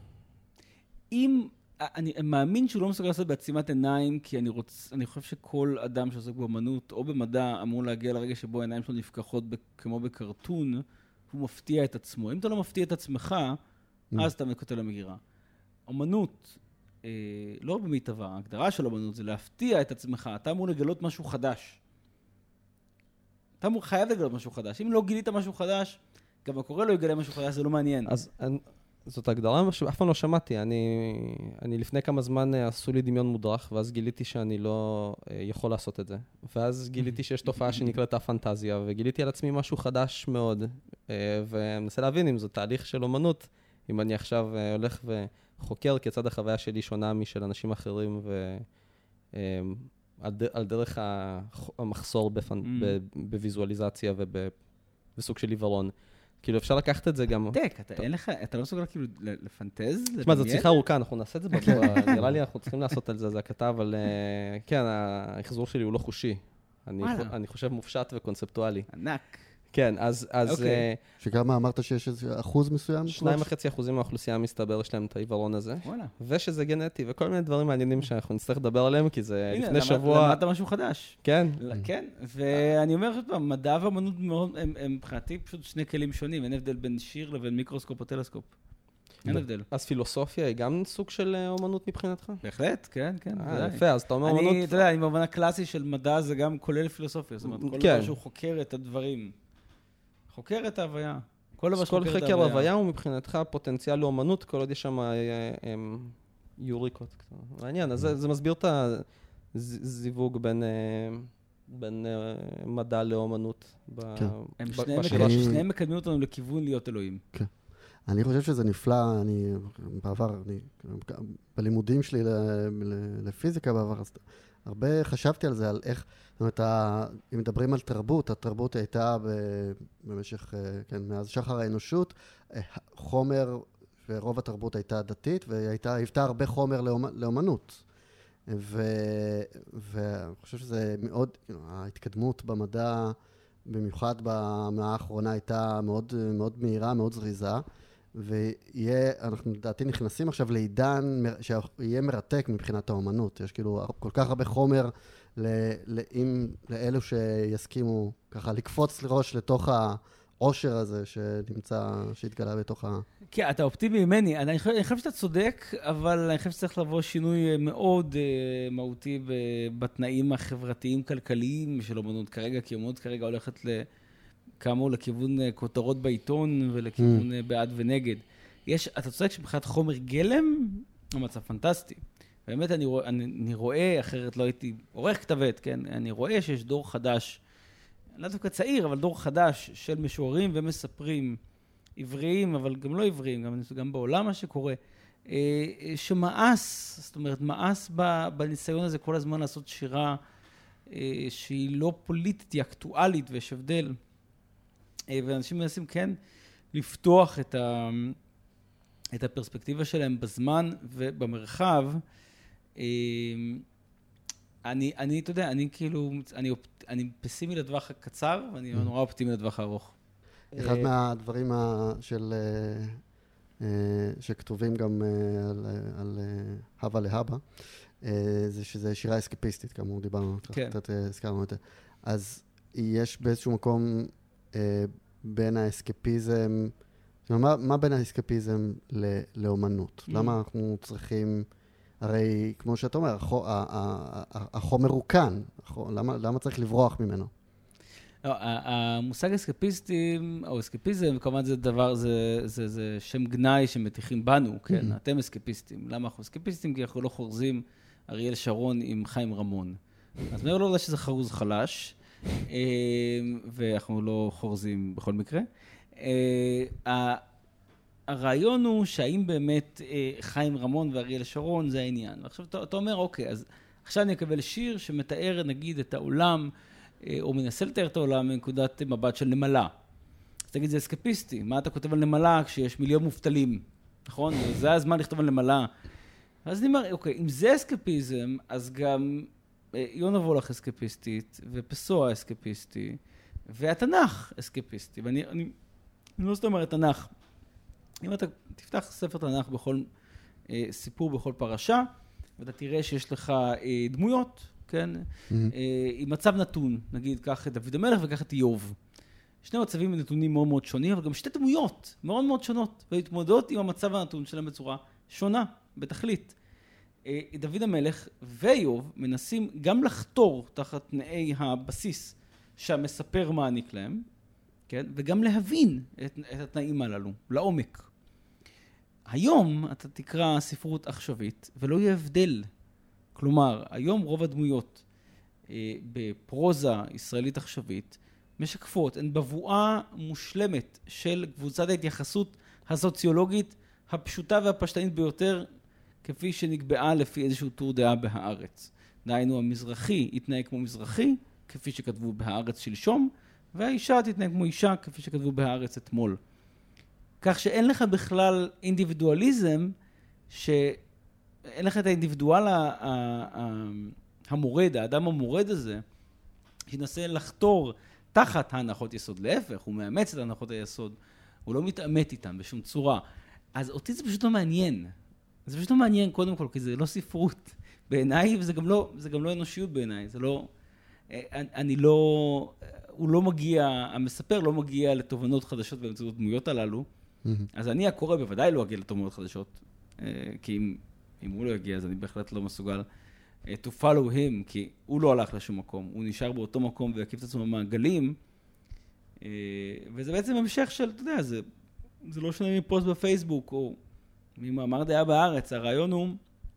אם, אני מאמין שהוא לא מסוגל לעשות בעצימת עיניים, כי אני רוצ, אני חושב שכל אדם שעוסק באומנות או במדע אמור להגיע לרגע שבו העיניים שלו נפקחות כמו בקרטון, הוא מפתיע את עצמו. אם אתה לא מפתיע את עצמך, אז אתה מקוטל למגירה. אומנות, אה, לא במיטבה, ההגדרה של אומנות זה להפתיע את עצמך. אתה אמור לגלות משהו חדש. אתה אמור חייב לגלות משהו חדש. אם לא גילית משהו חדש, גם הקורא לא יגלה משהו חדש, זה לא מעניין. אז אני, זאת הגדרה שאף פעם לא שמעתי. אני, אני לפני כמה זמן עשו לי דמיון מודרך, ואז גיליתי שאני לא יכול לעשות את זה. ואז גיליתי שיש תופעה שנקראת הפנטזיה, וגיליתי על עצמי משהו חדש מאוד. ואני מנסה להבין אם זה תהליך של אומנות, אם אני עכשיו הולך וחוקר כיצד החוויה שלי שונה משל אנשים אחרים, ועל דרך המחסור בוויזואליזציה ובסוג של עיוורון. כאילו אפשר לקחת את זה גם... דק, אין לך, אתה לא מסוגל כאילו לפנטז? תשמע, זו צריכה ארוכה, אנחנו נעשה את זה בבוא, נראה לי אנחנו צריכים לעשות על זה, זה הכתב, אבל כן, ההחזור שלי הוא לא חושי. אני חושב מופשט וקונספטואלי. ענק. כן, אז... שכמה אמרת שיש איזה אחוז מסוים? שניים וחצי אחוזים מהאוכלוסייה מסתבר, יש להם את העיוורון הזה. ושזה גנטי, וכל מיני דברים מעניינים שאנחנו נצטרך לדבר עליהם, כי זה לפני שבוע... למדת משהו חדש. כן. כן, ואני אומר שוב פעם, מדע ואמנות הם מבחינתי פשוט שני כלים שונים, אין הבדל בין שיר לבין מיקרוסקופ או טלסקופ. אין הבדל. אז פילוסופיה היא גם סוג של אומנות מבחינתך? בהחלט, כן, כן. יפה, אז אתה אומר אומנות... אתה יודע, אני במובן הקלאסי של מדע זה גם כולל פילוסופיה, זאת אומרת, כל דבר שהוא חוקר את הדברים. חוקר את ההוויה. כל חקר ההוויה הוא מבחינתך פוטנציאל לאומנות, כל עוד יש שם יוריקות. מעניין, אז זה מסביר את הזיווג בין מדע לאומנות בשאלה. שניהם מקדמים אותנו לכיוון להיות אלוהים. כן. אני חושב שזה נפלא, אני בעבר, בלימודים שלי לפיזיקה בעבר, הרבה חשבתי על זה, על איך, זאת אומרת, אם מדברים על תרבות, התרבות הייתה במשך, כן, מאז שחר האנושות, חומר, ורוב התרבות הייתה דתית, והיא הייתה, היוותה הרבה חומר לאומנות. ואני חושב שזה מאוד, ההתקדמות במדע, במיוחד במאה האחרונה, הייתה מאוד, מאוד מהירה, מאוד זריזה. ויהיה, אנחנו לדעתי נכנסים עכשיו לעידן שיהיה מרתק מבחינת האומנות. יש כאילו כל כך הרבה חומר לאם, לאלו שיסכימו ככה לקפוץ לראש לתוך העושר הזה שנמצא, שהתגלה בתוך ה... כן, אתה אופטימי ממני. אני חושב, אני חושב שאתה צודק, אבל אני חושב שצריך לבוא שינוי מאוד uh, מהותי בתנאים החברתיים, כלכליים של אומנות כרגע, כי אומנות כרגע הולכת ל... קמו לכיוון כותרות בעיתון ולכיוון mm. בעד ונגד. יש, אתה צודק שמבחינת חומר גלם, המצב פנטסטי. באמת אני רואה, אני, אני רואה, אחרת לא הייתי עורך כתבת, כן? אני רואה שיש דור חדש, לא דווקא צעיר, אבל דור חדש של משוררים ומספרים עבריים, אבל גם לא עבריים, גם, גם בעולם מה שקורה, שמאס, זאת אומרת, מאס בניסיון הזה כל הזמן לעשות שירה שהיא לא פוליטית, היא אקטואלית, ויש הבדל. ואנשים מנסים כן לפתוח את, ה, את הפרספקטיבה שלהם בזמן ובמרחב. אני, אני, אתה יודע, אני כאילו, אני, אני פסימי לטווח הקצר, ואני נורא אופטימי לטווח הארוך. אחד מהדברים של, שכתובים גם על, על הווה להבה, זה שזה שירה אסקפיסטית, כאמור, דיברנו, כן. קצת הזכרנו את זה. אז יש באיזשהו מקום בין האסקפיזם, מה, מה בין האסקפיזם ל, לאומנות? Mm. למה אנחנו צריכים, הרי כמו שאתה אומר, החומר הוא כאן, למה, למה צריך לברוח ממנו? המושג אסקפיסטים, או אסקפיזם, כמובן זה דבר, זה, זה, זה שם גנאי שמתיחים בנו, כן? אתם אסקפיסטים. למה אנחנו אסקפיסטים? כי אנחנו לא חורזים אריאל שרון עם חיים רמון. אז מעבר לא יודע שזה חרוז חלש, ואנחנו לא חורזים בכל מקרה. הרעיון הוא שהאם באמת חיים רמון ואריאל שרון זה העניין. ועכשיו אתה אומר, אוקיי, אז עכשיו אני אקבל שיר שמתאר, נגיד, את העולם, או מנסה לתאר את העולם מנקודת מבט של נמלה. אז תגיד, זה אסקפיסטי. מה אתה כותב על נמלה כשיש מיליון מובטלים? נכון? זה הזמן לכתוב על נמלה. אז אני אומר, אוקיי, אם זה אסקפיזם, אז גם יונה וולך אסקפיסטית, ופסוע אסקפיסטי, והתנ"ך אסקפיסטי. ואני אני, אני לא סתם אומר תנ"ך. אם אתה תפתח ספר תנ"ך בכל אה, סיפור, בכל פרשה, ואתה תראה שיש לך אה, דמויות, כן? Mm-hmm. אה, עם מצב נתון, נגיד, קח את דוד המלך וקח את איוב. שני מצבים ונתונים מאוד מאוד שונים, אבל גם שתי דמויות מאוד מאוד שונות, והתמודדות עם המצב הנתון שלהם בצורה שונה, בתכלית. אה, דוד המלך ואיוב מנסים גם לחתור תחת תנאי הבסיס שהמספר מעניק להם, כן? וגם להבין את, את התנאים הללו, לעומק. היום אתה תקרא ספרות עכשווית, ולא יהיה הבדל. כלומר, היום רוב הדמויות אה, בפרוזה ישראלית עכשווית משקפות, הן בבואה מושלמת של קבוצת ההתייחסות הסוציולוגית הפשוטה והפשטנית ביותר, כפי שנקבעה לפי איזשהו טור דעה בהארץ. דהיינו, המזרחי יתנהג כמו מזרחי, כפי שכתבו בהארץ שלשום, והאישה תתנהג כמו אישה, כפי שכתבו בהארץ אתמול. כך שאין לך בכלל אינדיבידואליזם, שאין לך את האינדיבידואל המורד, האדם המורד הזה, שינסה לחתור תחת ההנחות יסוד. להפך, הוא מאמץ את ההנחות היסוד, הוא לא מתאמת איתם בשום צורה. אז אותי זה פשוט לא מעניין. זה פשוט לא מעניין קודם כל, כי זה לא ספרות בעיניי, וזה גם לא, זה גם לא אנושיות בעיניי. זה לא, אני, אני לא, הוא לא מגיע, המספר לא מגיע לתובנות חדשות באמצעות הדמויות הללו, mm-hmm. אז אני הקורא בוודאי לא אגיע לתובנות חדשות, כי אם, אם הוא לא יגיע, אז אני בהחלט לא מסוגל to follow him, כי הוא לא הלך לשום מקום, הוא נשאר באותו מקום והקיף את עצמו במעגלים, וזה בעצם המשך של, אתה יודע, זה, זה לא שונה מפוסט בפייסבוק, או ממאמר דעה בארץ, הרעיון הוא,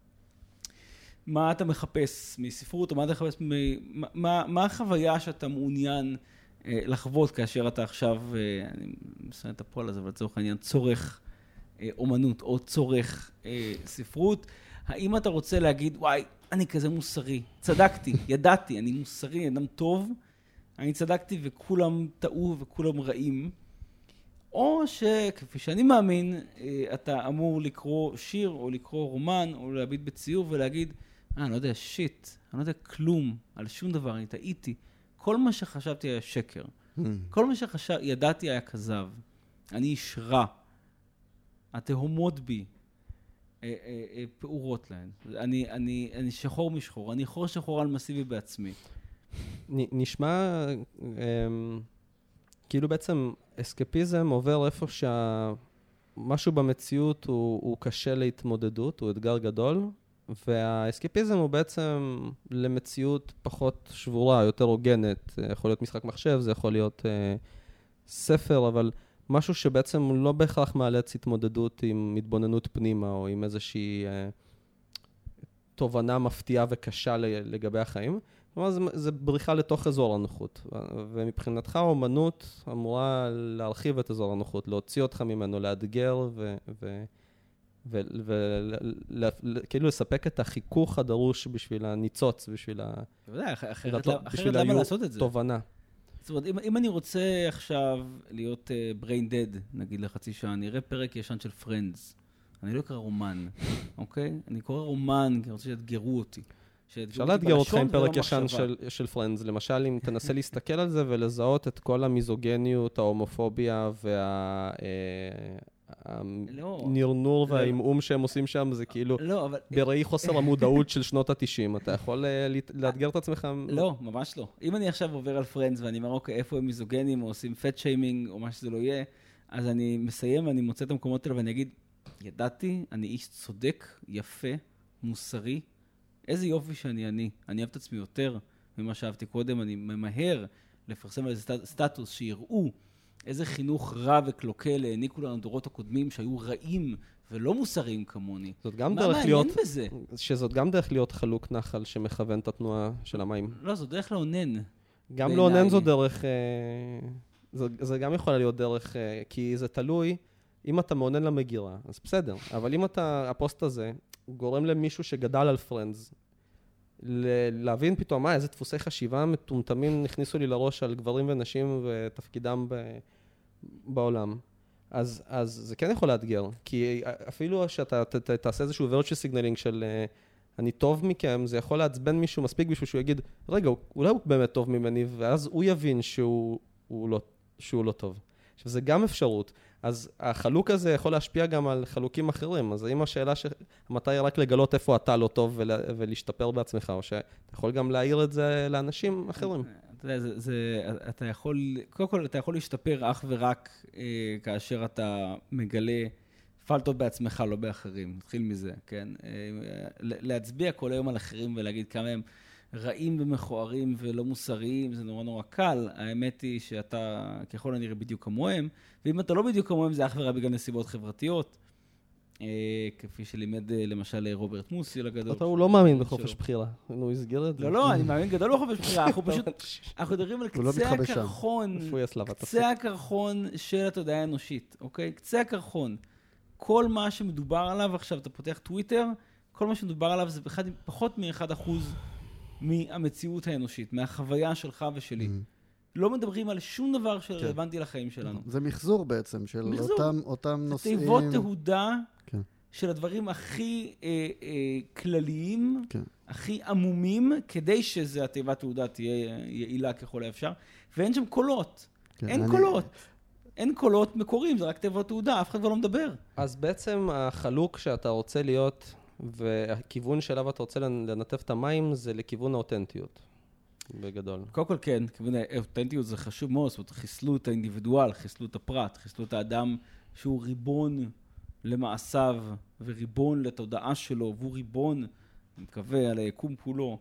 מה אתה מחפש מספרות, או מה אתה מחפש, מה, מה, מה החוויה שאתה מעוניין אה, לחוות כאשר אתה עכשיו, אה, אני מסיים את הפועל הזה, אבל לצורך העניין, צורך אה, אומנות, או צורך אה, ספרות, האם אתה רוצה להגיד, וואי, אני כזה מוסרי, צדקתי, ידעתי, אני מוסרי, אדם טוב, אני צדקתי וכולם טעו וכולם רעים, או שכפי שאני מאמין, אה, אתה אמור לקרוא שיר, או לקרוא רומן, או להביט בציור ולהגיד, אה, אני לא יודע, שיט, אני לא יודע כלום על שום דבר, אני טעיתי. כל מה שחשבתי היה שקר. Mm. כל מה שידעתי היה כזב. אני איש רע. התהומות בי אה, אה, אה, פעורות להן. אני, אני, אני שחור משחור, אני חור שחור על מסיבי בעצמי. נשמע, אה, כאילו בעצם אסקפיזם עובר איפה שמשהו במציאות הוא, הוא קשה להתמודדות, הוא אתגר גדול, והאסקפיזם הוא בעצם למציאות פחות שבורה, יותר הוגנת. זה יכול להיות משחק מחשב, זה יכול להיות אה, ספר, אבל משהו שבעצם לא בהכרח מאלץ התמודדות עם התבוננות פנימה, או עם איזושהי אה, תובנה מפתיעה וקשה לגבי החיים. כלומר, זה, זה בריחה לתוך אזור הנוחות. ומבחינתך, האומנות אמורה להרחיב את אזור הנוחות, להוציא אותך ממנו, לאתגר ו... ו וכאילו לספק את החיכוך הדרוש בשביל הניצוץ, בשביל ה... אחרת למה לעשות את זה? תובנה. זאת אומרת, אם אני רוצה עכשיו להיות brain dead, נגיד לחצי שעה, אני אראה פרק ישן של Friends. אני לא אקרא רומן, אוקיי? אני קורא רומן, כי אני רוצה שיתגרו אותי. אפשר לאתגר אותך עם פרק ישן של Friends. למשל, אם תנסה להסתכל על זה ולזהות את כל המיזוגניות, ההומופוביה וה... הנרנור והאימום שהם עושים שם, זה כאילו בראי חוסר המודעות של שנות ה-תשעים. אתה יכול לאתגר את עצמך? לא, ממש לא. אם אני עכשיו עובר על פרנדס ואני אומר, אוקיי, איפה הם מיזוגנים או עושים פט שיימינג או מה שזה לא יהיה, אז אני מסיים ואני מוצא את המקומות האלה ואני אגיד, ידעתי, אני איש צודק, יפה, מוסרי, איזה יופי שאני אני. אני אוהב את עצמי יותר ממה שאהבתי קודם, אני ממהר לפרסם על איזה סטטוס שיראו איזה חינוך רע וקלוקל העניקו לנו דורות הקודמים שהיו רעים ולא מוסריים כמוני. זאת גם דרך להיות... מה מעניין בזה? שזאת גם דרך להיות חלוק נחל שמכוון את התנועה של המים. לא, זאת דרך לעונן. גם לעונן זו דרך... זה, זה גם יכול להיות דרך... כי זה תלוי, אם אתה מעונן למגירה, אז בסדר. אבל אם אתה, הפוסט הזה, גורם למישהו שגדל על פרנדס, להבין פתאום, מה, איזה דפוסי חשיבה מטומטמים נכניסו לי לראש על גברים ונשים ותפקידם ב... בעולם. אז, אז זה כן יכול לאתגר, כי אפילו שאתה ת, ת, תעשה איזשהו virtue signaling של אני טוב מכם, זה יכול לעצבן מישהו מספיק בשביל שהוא יגיד, רגע, אולי הוא באמת טוב ממני, ואז הוא יבין שהוא, הוא לא, שהוא לא טוב. עכשיו, זה גם אפשרות. אז החלוק הזה יכול להשפיע גם על חלוקים אחרים. אז האם השאלה שהמטרה היא רק לגלות איפה אתה לא טוב ולהשתפר בעצמך, או שאתה יכול גם להעיר את זה לאנשים אחרים? אתה יודע, זה, זה, אתה יכול, קודם כל, אתה יכול להשתפר אך ורק אה, כאשר אתה מגלה פלטות בעצמך, לא באחרים. נתחיל מזה, כן? אה, להצביע כל היום על אחרים ולהגיד כמה הם רעים ומכוערים ולא מוסריים, זה נורא נורא קל. האמת היא שאתה ככל הנראה בדיוק כמוהם, ואם אתה לא בדיוק כמוהם, זה אך ורק בגלל נסיבות חברתיות, אה, כפי שלימד למשל רוברט מוסיל הגדול. הוא לא מאמין בחופש בחירה, הוא הסגיר את זה. לא, לא, אני מאמין גדול בחופש בחירה, אנחנו פשוט, אנחנו מדברים על קצה הקרחון, קצה הקרחון של התודעה האנושית, אוקיי? קצה הקרחון. כל מה שמדובר עליו, עכשיו אתה פותח טוויטר, כל מה שמדובר עליו זה פחות מ-אחד אחוז מהמציאות האנושית, מהחוויה שלך ושלי. לא מדברים על שום דבר שרלוונטי לחיים שלנו. זה מחזור בעצם של אותם נושאים. זה תיבות תהודה של הדברים הכי כלליים, הכי עמומים, כדי שזה התיבת תהודה תהיה יעילה ככל האפשר, ואין שם קולות. אין קולות. אין קולות מקוריים, זה רק תיבות תהודה, אף אחד כבר לא מדבר. אז בעצם החלוק שאתה רוצה להיות, והכיוון שאליו אתה רוצה לנתף את המים, זה לכיוון האותנטיות. בגדול. קודם כל כן, כיוון האותנטיות זה חשוב מאוד, זאת אומרת, חיסלו את האינדיבידואל, חיסלו את הפרט, חיסלו את האדם שהוא ריבון למעשיו, וריבון לתודעה שלו, והוא ריבון, אני מקווה, על היקום כולו.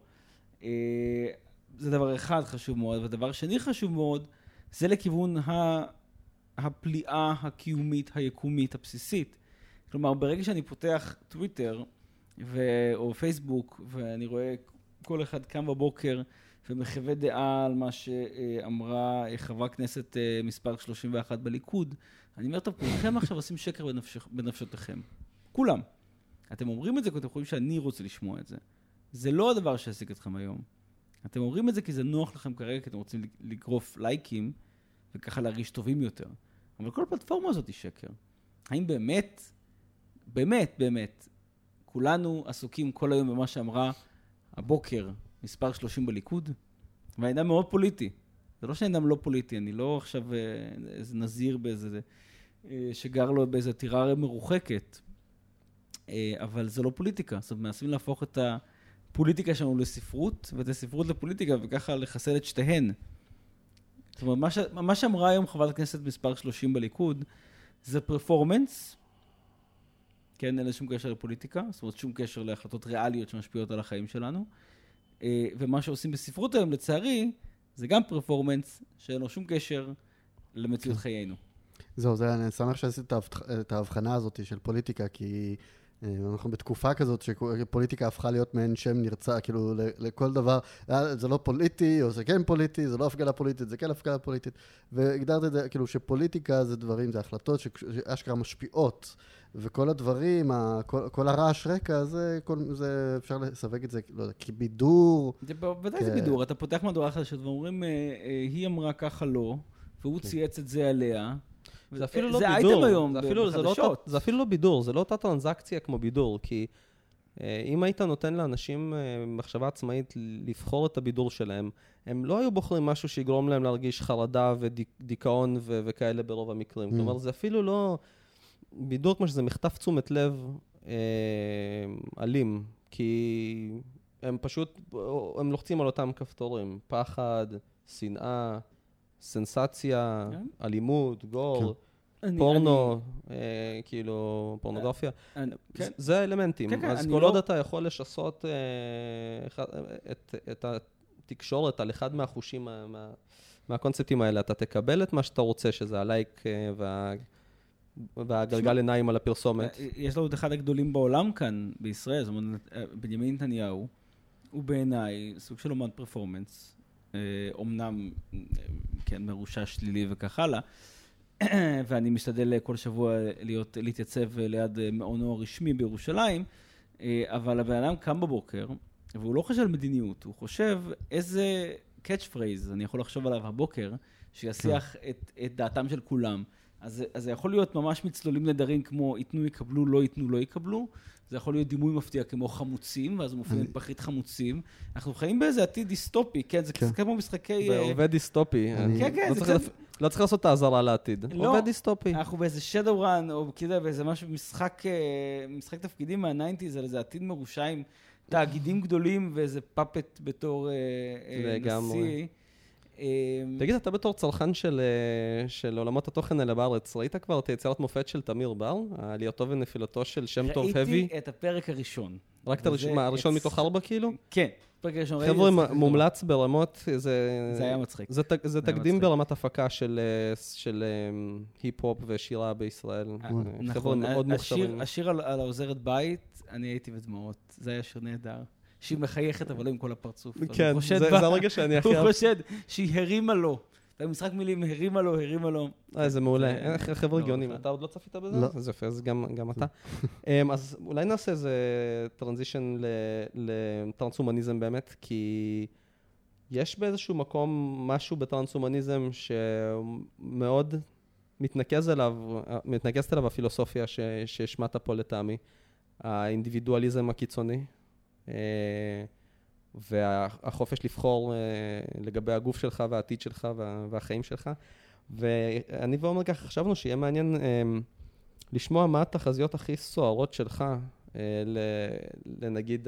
זה דבר אחד חשוב מאוד, ודבר שני חשוב מאוד, זה לכיוון הפליאה הקיומית, היקומית, הבסיסית. כלומר, ברגע שאני פותח טוויטר, או פייסבוק, ואני רואה כל אחד קם בבוקר, ומחווה דעה על מה שאמרה חברת כנסת מספר שלושים ואחת בליכוד, אני אומר, טוב, כולכם עכשיו עושים שקר בנפש, בנפשותיכם. כולם. אתם אומרים את זה כי אתם חושבים שאני רוצה לשמוע את זה. זה לא הדבר שעשיק אתכם היום. אתם אומרים את זה כי זה נוח לכם כרגע, כי אתם רוצים לגרוף לייקים, וככה להרגיש טובים יותר. אבל כל הפלטפורמה הזאת היא שקר. האם באמת, באמת, באמת, כולנו עסוקים כל היום במה שאמרה הבוקר, מספר שלושים בליכוד, והאדם מאוד פוליטי. זה לא שהאדם לא פוליטי, אני לא עכשיו איזה נזיר באיזה, שגר לו באיזה טירה מרוחקת, אבל זה לא פוליטיקה. זאת אומרת, מנסים להפוך את הפוליטיקה שלנו לספרות, ואת הספרות לפוליטיקה, וככה לחסל את שתיהן. זאת אומרת, מה, ש... מה שאמרה היום חברת הכנסת מספר שלושים בליכוד, זה פרפורמנס, כן, אין שום קשר לפוליטיקה, זאת אומרת, שום קשר להחלטות ריאליות שמשפיעות על החיים שלנו, ומה שעושים בספרות היום, לצערי, זה גם פרפורמנס שאין לו שום קשר למציאות חיינו. זהו, זה, אני שמח שעשית את ההבחנה הזאת של פוליטיקה, כי אנחנו בתקופה כזאת שפוליטיקה הפכה להיות מעין שם נרצע, כאילו לכל דבר, זה לא פוליטי, או זה כן פוליטי, זה לא הפגנה פוליטית, זה כן הפגנה פוליטית, והגדרת את זה, כאילו שפוליטיקה זה דברים, זה החלטות שאשכרה משפיעות, וכל הדברים, כל, כל הרעש רקע, זה, כל, זה אפשר לסווג את זה, לא יודע, כבידור. זה בוודאי זה בידור, אתה פותח מהדורה חדשות ואומרים, היא אמרה ככה לא, והוא צייץ את זה עליה, זה אפילו לא זה בידור, אייטם היום זה אפילו, זה, לא, זה אפילו לא בידור, זה לא אותה טרנזקציה כמו בידור, כי אה, אם היית נותן לאנשים אה, מחשבה עצמאית לבחור את הבידור שלהם, הם לא היו בוחרים משהו שיגרום להם להרגיש חרדה ודיכאון ו- וכאלה ברוב המקרים. Mm. כלומר, זה אפילו לא בידור כמו שזה מחטף תשומת לב אה, אלים, כי הם פשוט, הם לוחצים על אותם כפתורים, פחד, שנאה, סנסציה, אלימות, גור, פורנו, כאילו פורנוגרפיה. זה האלמנטים. אז כל עוד אתה יכול לשסות את התקשורת על אחד מהחושים, מהקונספטים האלה, אתה תקבל את מה שאתה רוצה, שזה הלייק והגלגל עיניים על הפרסומת. יש לנו את אחד הגדולים בעולם כאן, בישראל, זאת אומרת, בנימין נתניהו, הוא בעיניי סוג של אומן פרפורמנס, אומנם, כן, מרושע שלילי וכך הלאה, ואני משתדל כל שבוע להיות, להתייצב ליד מעונו הרשמי בירושלים, אבל הבן אדם קם בבוקר, והוא לא חושב על מדיניות, הוא חושב איזה קאץ' פרייז אני יכול לחשוב עליו הבוקר, שיסיח את, את דעתם של כולם. אז, אז זה יכול להיות ממש מצלולים נדרים כמו ייתנו יקבלו, לא ייתנו לא יקבלו, זה יכול להיות דימוי מפתיע כמו חמוצים, ואז מופיעים פחית חמוצים. אנחנו חיים באיזה עתיד דיסטופי, כן? זה כמו משחקי... זה עובד דיסטופי. כן, כן. לא צריך לעשות את העזרה לעתיד. עובד דיסטופי. אנחנו באיזה Shadowrun, או כזה, באיזה משהו, משחק תפקידים מהניינטיז, על איזה עתיד מרושע עם תאגידים גדולים, ואיזה פאפט בתור נשיא. תגיד, אתה בתור צרכן של עולמות התוכן האלה בארץ, ראית כבר את יצירת מופת של תמיר בר? עלייתו ונפילתו של שם טוב הבי? ראיתי את הפרק הראשון. רק את הראשון, מה, הראשון מתוך ארבע כאילו? כן, הפרק הראשון. חבר'ה, מומלץ ברמות, זה... זה היה מצחיק. זה תקדים ברמת הפקה של היפ-הופ ושירה בישראל. נכון, השיר על העוזרת בית, אני הייתי בדמעות. זה היה שיר נהדר. שהיא מחייכת, אבל לא עם כל הפרצוף. כן, זה הרגע שאני הכי... הוא חושד שהיא הרימה לו. במשחק מילים, הרימה לו, הרימה לו. אה, זה מעולה. חבר'ה גאונים. אתה עוד לא צפית בזה? לא. זה יפה, אז גם אתה. אז אולי נעשה איזה טרנזישן לטרנס-הומניזם באמת, כי יש באיזשהו מקום משהו בטרנס-הומניזם שמאוד מתנקז אליו, מתנקזת אליו הפילוסופיה שהשמעת פה לטעמי, האינדיבידואליזם הקיצוני. והחופש לבחור לגבי הגוף שלך והעתיד שלך והחיים שלך. ואני ואומר כך, חשבנו שיהיה מעניין לשמוע מה התחזיות הכי סוערות שלך, לנגיד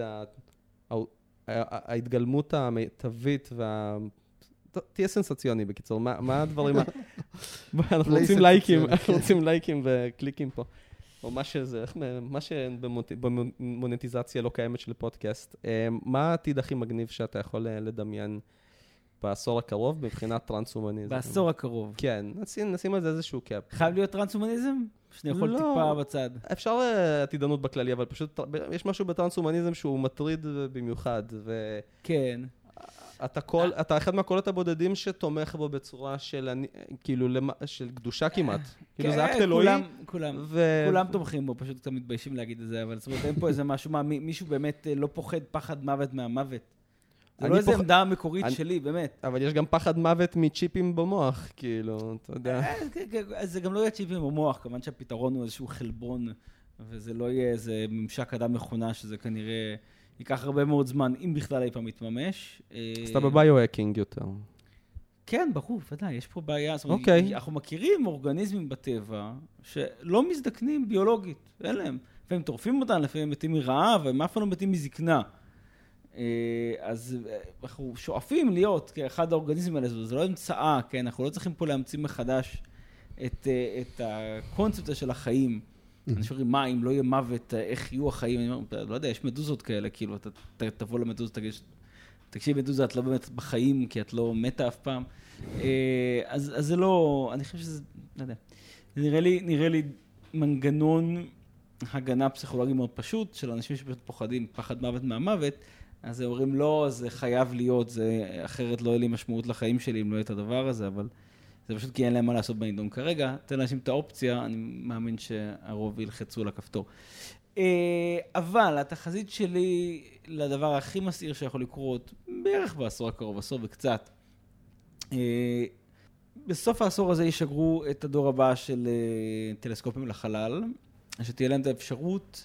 ההתגלמות המיטבית וה... תהיה סנסציוני בקיצור, מה הדברים... אנחנו רוצים לייקים, אנחנו רוצים לייקים וקליקים פה. או מה שזה, מה שבמונטיזציה לא קיימת של פודקאסט. מה העתיד הכי מגניב שאתה יכול לדמיין בעשור הקרוב מבחינת טרנס-הומניזם? בעשור הקרוב. כן, נשים על זה איזשהו קאפ. חייב להיות טרנס-הומניזם? שאני יכול טיפה בצד. אפשר עתידנות בכללי, אבל פשוט יש משהו בטרנס-הומניזם שהוא מטריד במיוחד. כן. אתה כל, אתה אחד מהקולות הבודדים שתומך בו בצורה של, כאילו, של קדושה כמעט. כאילו זה אקט אלוהי. כולם, כולם תומכים בו, פשוט קצת מתביישים להגיד את זה, אבל זאת אומרת, אין פה איזה משהו, מה, מישהו באמת לא פוחד פחד מוות מהמוות. זה לא איזו עמדה מקורית שלי, באמת. אבל יש גם פחד מוות מצ'יפים במוח, כאילו, אתה יודע. זה גם לא יהיה צ'יפים במוח, כמובן שהפתרון הוא איזשהו חלבון, וזה לא יהיה איזה ממשק אדם מכונה, שזה כנראה... ייקח הרבה מאוד זמן, אם בכלל אי פעם מתממש. אז אתה בביו-הקינג יותר. כן, ברור, ודאי, יש פה בעיה. אוקיי. אנחנו מכירים אורגניזמים בטבע שלא מזדקנים ביולוגית, אין להם. לפעמים טורפים אותם, לפעמים מתים מרעב, והם אף פעם לא מתים מזקנה. אז אנחנו שואפים להיות כאחד האורגניזמים האלה, זה לא המצאה, כן? אנחנו לא צריכים פה להמציא מחדש את, את הקונספט של החיים. אני שואלים, מה, אם לא יהיה מוות, איך יהיו החיים? אני אומר, לא יודע, יש מדוזות כאלה, כאילו, אתה תבוא למדוזות, תגיד, תקשיב, מדוזה, את לא באמת בחיים, כי את לא מתה אף פעם. אז, אז זה לא, אני חושב שזה, לא יודע, זה נראה לי, נראה לי מנגנון הגנה פסיכולוגי מאוד פשוט, של אנשים שפשוט פוחדים, פחד מוות מהמוות, אז הם אומרים, לא, זה חייב להיות, זה אחרת לא יהיה לי משמעות לחיים שלי, אם לא יהיה את הדבר הזה, אבל זה פשוט כי אין להם מה לעשות בנידון כרגע. תן לאנשים את האופציה, אני מאמין שהרוב ילחצו לכפתור. אבל התחזית שלי לדבר הכי מסעיר שיכול לקרות, בערך בעשור הקרוב, עשור וקצת, בסוף העשור הזה ישגרו את הדור הבא של טלסקופים לחלל, שתהיה להם את האפשרות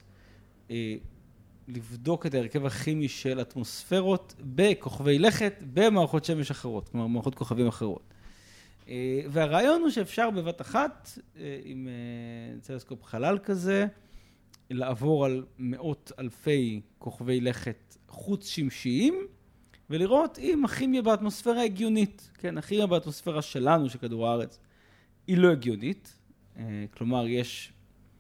לבדוק את ההרכב הכימי של אטמוספירות בכוכבי לכת במערכות שמש אחרות, כלומר מערכות כוכבים אחרות. והרעיון הוא שאפשר בבת אחת, עם טלסקופ חלל כזה, לעבור על מאות אלפי כוכבי לכת חוץ שמשיים, ולראות אם הכימיה באטמוספירה הגיונית. כן, הכימיה באטמוספירה שלנו, של כדור הארץ, היא לא הגיונית. כלומר, יש,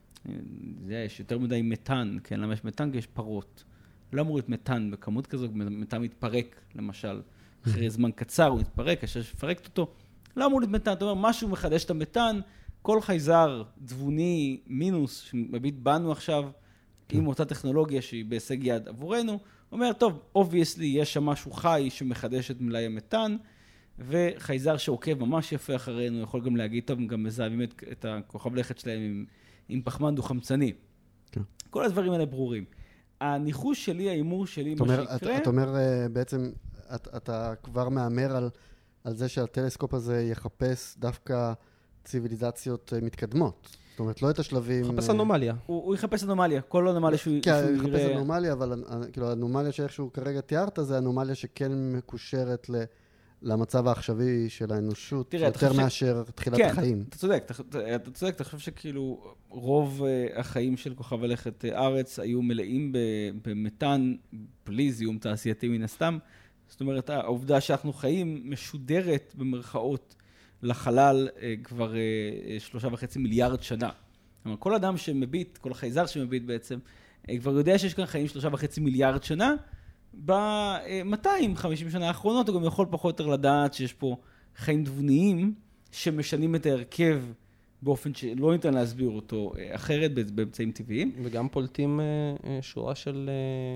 יש יותר מדי מתאן, כן, למה יש מתאן? כי יש פרות. לא אמור להיות מתאן בכמות כזו, מתאן מתפרק, למשל. אחרי זמן קצר הוא מתפרק, כאשר שפרקת אותו, לא אמור להיות מתאן. אתה אומר, משהו מחדש את המתאן, כל חייזר דבוני מינוס שמביט בנו עכשיו, עם אותה טכנולוגיה שהיא בהישג יד עבורנו, אומר, טוב, obviously יש שם משהו חי שמחדש את מלאי המתאן, וחייזר שעוקב ממש יפה אחרינו, יכול גם להגיד, טוב, גם מזהמים את, את הכוכב לכת שלהם עם, עם פחמן דו-חמצני. כן. כל הדברים האלה ברורים. הניחוש שלי, האימור שלי, מה אומר, שיקרה... אתה, אתה אומר, בעצם, אתה, אתה כבר מאמר על, על זה שהטלסקופ הזה יחפש דווקא ציוויליזציות מתקדמות. זאת אומרת, לא את השלבים... יחפש אנומליה. הוא, הוא יחפש אנומליה, כל אנומליה שהוא, כן, שהוא יחפש יראה... אנומליה, אבל כאילו, האנומליה שאיכשהו כרגע תיארת, זה אנומליה שכן מקושרת ל... למצב העכשווי של האנושות, תראה, יותר ש... מאשר תחילת כן, החיים. אתה, אתה צודק, אתה, אתה צודק, אתה חושב שכאילו רוב uh, החיים של כוכב לכת uh, ארץ היו מלאים במתאן, בלי זיהום תעשייתי מן הסתם. זאת אומרת, העובדה שאנחנו חיים משודרת במרכאות לחלל uh, כבר uh, שלושה וחצי מיליארד שנה. כלומר, כל אדם שמביט, כל החייזר שמביט בעצם, uh, כבר יודע שיש כאן חיים שלושה וחצי מיליארד שנה, ב-מאתיים וחמישים שנה האחרונות, הוא גם יכול פחות יותר לדעת שיש פה חיים דבוניים שמשנים את ההרכב באופן שלא ניתן להסביר אותו אחרת באמצעים טבעיים. וגם פולטים שורה של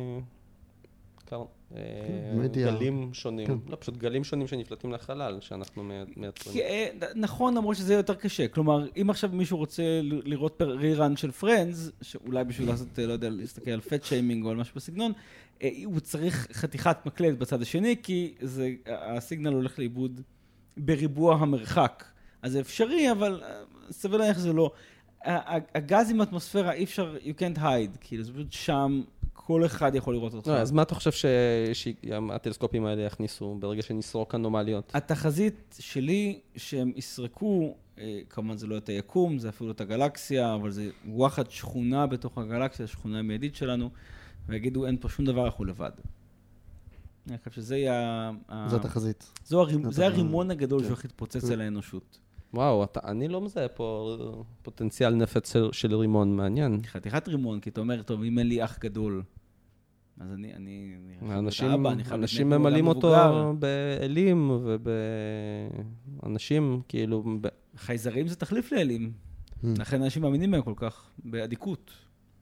גלים שונים, לא פשוט גלים שונים שנפלטים לחלל שאנחנו מייצרים. נכון, למרות שזה יותר קשה. כלומר, אם עכשיו מישהו רוצה לראות רירן של פרנדס, שאולי בשביל לעשות, לא יודע, להסתכל על פט שיימינג או על משהו בסגנון, הוא צריך חתיכת מקלט בצד השני, כי זה, הסיגנל הולך לאיבוד בריבוע המרחק. אז זה אפשרי, אבל סביר להניח שזה לא. הגז עם האטמוספירה, אי אפשר, you can't hide, כאילו זה פשוט שם, כל אחד יכול לראות אותך. אז מה אתה חושב שהטלסקופים האלה יכניסו ברגע שנסרוק אנומליות? התחזית שלי שהם יסרקו, כמובן זה לא את היקום, זה אפילו את הגלקסיה, אבל זה וואחד שכונה בתוך הגלקסיה, שכונה המיידית שלנו, ויגידו, אין פה שום דבר, אנחנו לבד. אני חושב שזה יהיה... זו התחזית. זה הרימון הגדול שהולך להתפוצץ על האנושות. וואו, אני לא מזהה פה פוטנציאל נפץ של רימון, מעניין. חתיכת רימון, כי אתה אומר, טוב, אם אין לי אח גדול, אז אני... אני אנשים ממלאים אותו באלים ובאנשים, כאילו... חייזרים זה תחליף לאלים. לכן אנשים מאמינים בהם כל כך, באדיקות.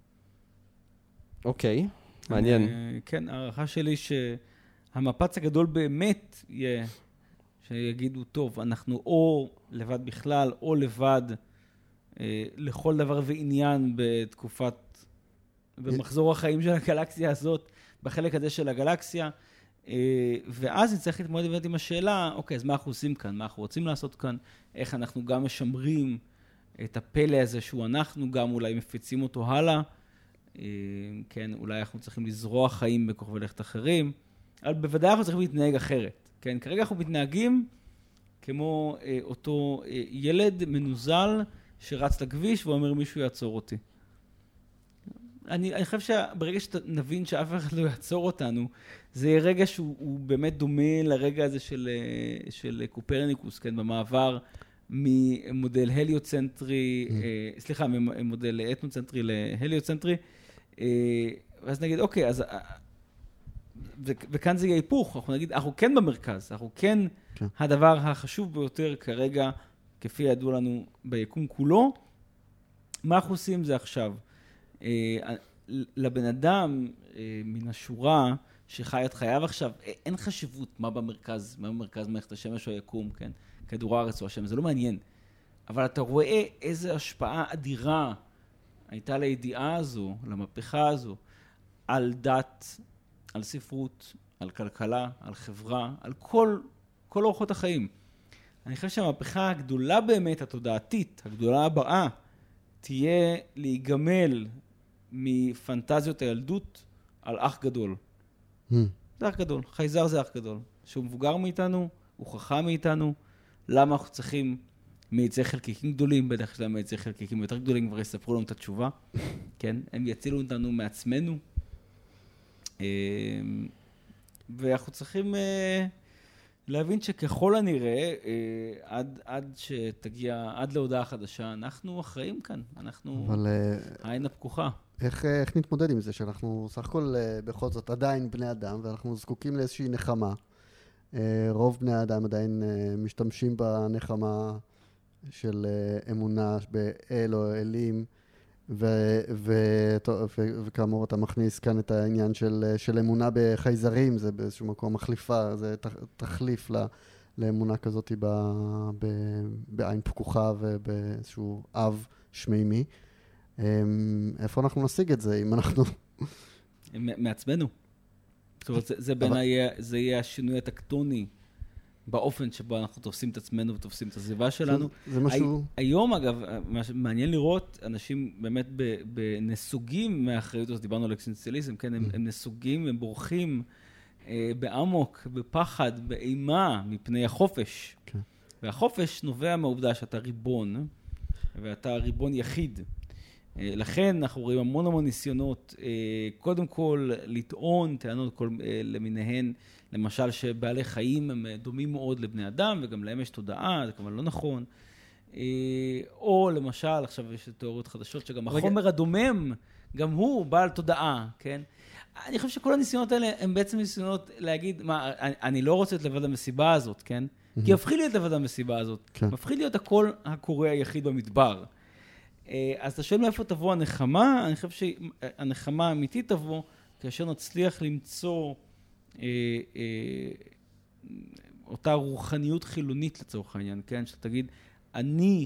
אוקיי, מעניין. כן, הערכה שלי שהמפץ הגדול באמת יהיה, שיגידו, טוב, אנחנו או לבד בכלל, או לבד לכל דבר ועניין בתקופת, במחזור החיים של הגלקסיה הזאת, בחלק הזה של הגלקסיה, ואז נצטרך להתמודד באמת עם השאלה, אוקיי, אז מה אנחנו עושים כאן? מה אנחנו רוצים לעשות כאן? איך אנחנו גם משמרים את הפלא הזה שהוא אנחנו, גם אולי מפיצים אותו הלאה, כן, אולי אנחנו צריכים לזרוע חיים בכוכבי לכת אחרים, אבל בוודאי אנחנו צריכים להתנהג אחרת. כן, כרגע אנחנו מתנהגים כמו אה, אותו אה, ילד מנוזל שרץ לכביש ואומר מישהו יעצור אותי. אני, אני חושב שברגע שנבין שאף אחד לא יעצור אותנו, זה יהיה רגע שהוא באמת דומה לרגע הזה של, של קופרניקוס, כן, במעבר ממודל הליוצנטרי, mm. אה, סליחה, ממודל אתנוצנטרי להליוצנטרי, ואז נגיד, אוקיי, אז ו- וכאן זה יהיה היפוך, אנחנו נגיד, אנחנו כן במרכז, אנחנו כן, כן. הדבר החשוב ביותר כרגע, כפי ידוע לנו ביקום כולו, מה אנחנו עושים זה עכשיו? אה, לבן אדם אה, מן השורה שחי את חייו עכשיו, אין חשיבות מה במרכז, מה במרכז מערכת השמש או היקום, כן? כדור הארץ או השמש, זה לא מעניין. אבל אתה רואה איזו השפעה אדירה הייתה לידיעה הזו, למהפכה הזו, על דת, על ספרות, על כלכלה, על חברה, על כל, כל אורחות החיים. אני חושב שהמהפכה הגדולה באמת, התודעתית, הגדולה הבאה, תהיה להיגמל מפנטזיות הילדות על אח גדול. Hmm. זה אח גדול, חייזר זה אח גדול. שהוא מבוגר מאיתנו, הוא חכם מאיתנו, למה אנחנו צריכים מייצי חלקיקים גדולים, בטח שלהם מייצי חלקיקים יותר גדולים, כבר יספרו לנו את התשובה, כן? הם יצילו אותנו מעצמנו. ואנחנו צריכים להבין שככל הנראה, עד, עד שתגיע, עד להודעה חדשה, אנחנו אחראים כאן, אנחנו אבל העין הפקוחה. איך, איך נתמודד עם זה שאנחנו סך הכל בכל זאת עדיין בני אדם, ואנחנו זקוקים לאיזושהי נחמה. רוב בני האדם עדיין משתמשים בנחמה של אמונה באל או אלים, ו- ו- ו- וכאמור אתה מכניס כאן את העניין של, של אמונה בחייזרים, זה באיזשהו מקום מחליפה, זה תחליף ל- לאמונה כזאת ב- ב- בעין פקוחה ובאיזשהו אב שמימי. איפה אנחנו נשיג את זה אם אנחנו... מעצמנו. זאת אומרת, זה, זה בעיניי, זה יהיה השינוי הטקטוני באופן שבו אנחנו תופסים את עצמנו ותופסים את הסביבה שלנו. זה, זה משהו... היום, אגב, מעניין לראות אנשים באמת בנסוגים מהאחריות הזאת, דיברנו על אקסטנציאליזם, כן? הם, הם נסוגים, הם בורחים אה, בעמוק, בפחד, באימה, מפני החופש. כן. והחופש נובע מהעובדה שאתה ריבון, ואתה ריבון יחיד. לכן אנחנו רואים המון המון ניסיונות, קודם כל לטעון טענות כל, למיניהן, למשל שבעלי חיים הם דומים מאוד לבני אדם, וגם להם יש תודעה, זה כמובן לא נכון. או למשל, עכשיו יש תיאוריות חדשות, שגם החומר הדומם, גם הוא בעל תודעה, כן? אני חושב שכל הניסיונות האלה הם בעצם ניסיונות להגיד, מה, אני לא רוצה להיות לבד המסיבה הזאת, כן? כי הפכי להיות לבד המסיבה הזאת. כן. מפחיד להיות הקול הקורא היחיד במדבר. אז אתה שואל מאיפה תבוא הנחמה, אני חושב שהנחמה האמיתית תבוא, כאשר נצליח למצוא אה, אה, אותה רוחניות חילונית לצורך העניין, כן? שתגיד, אני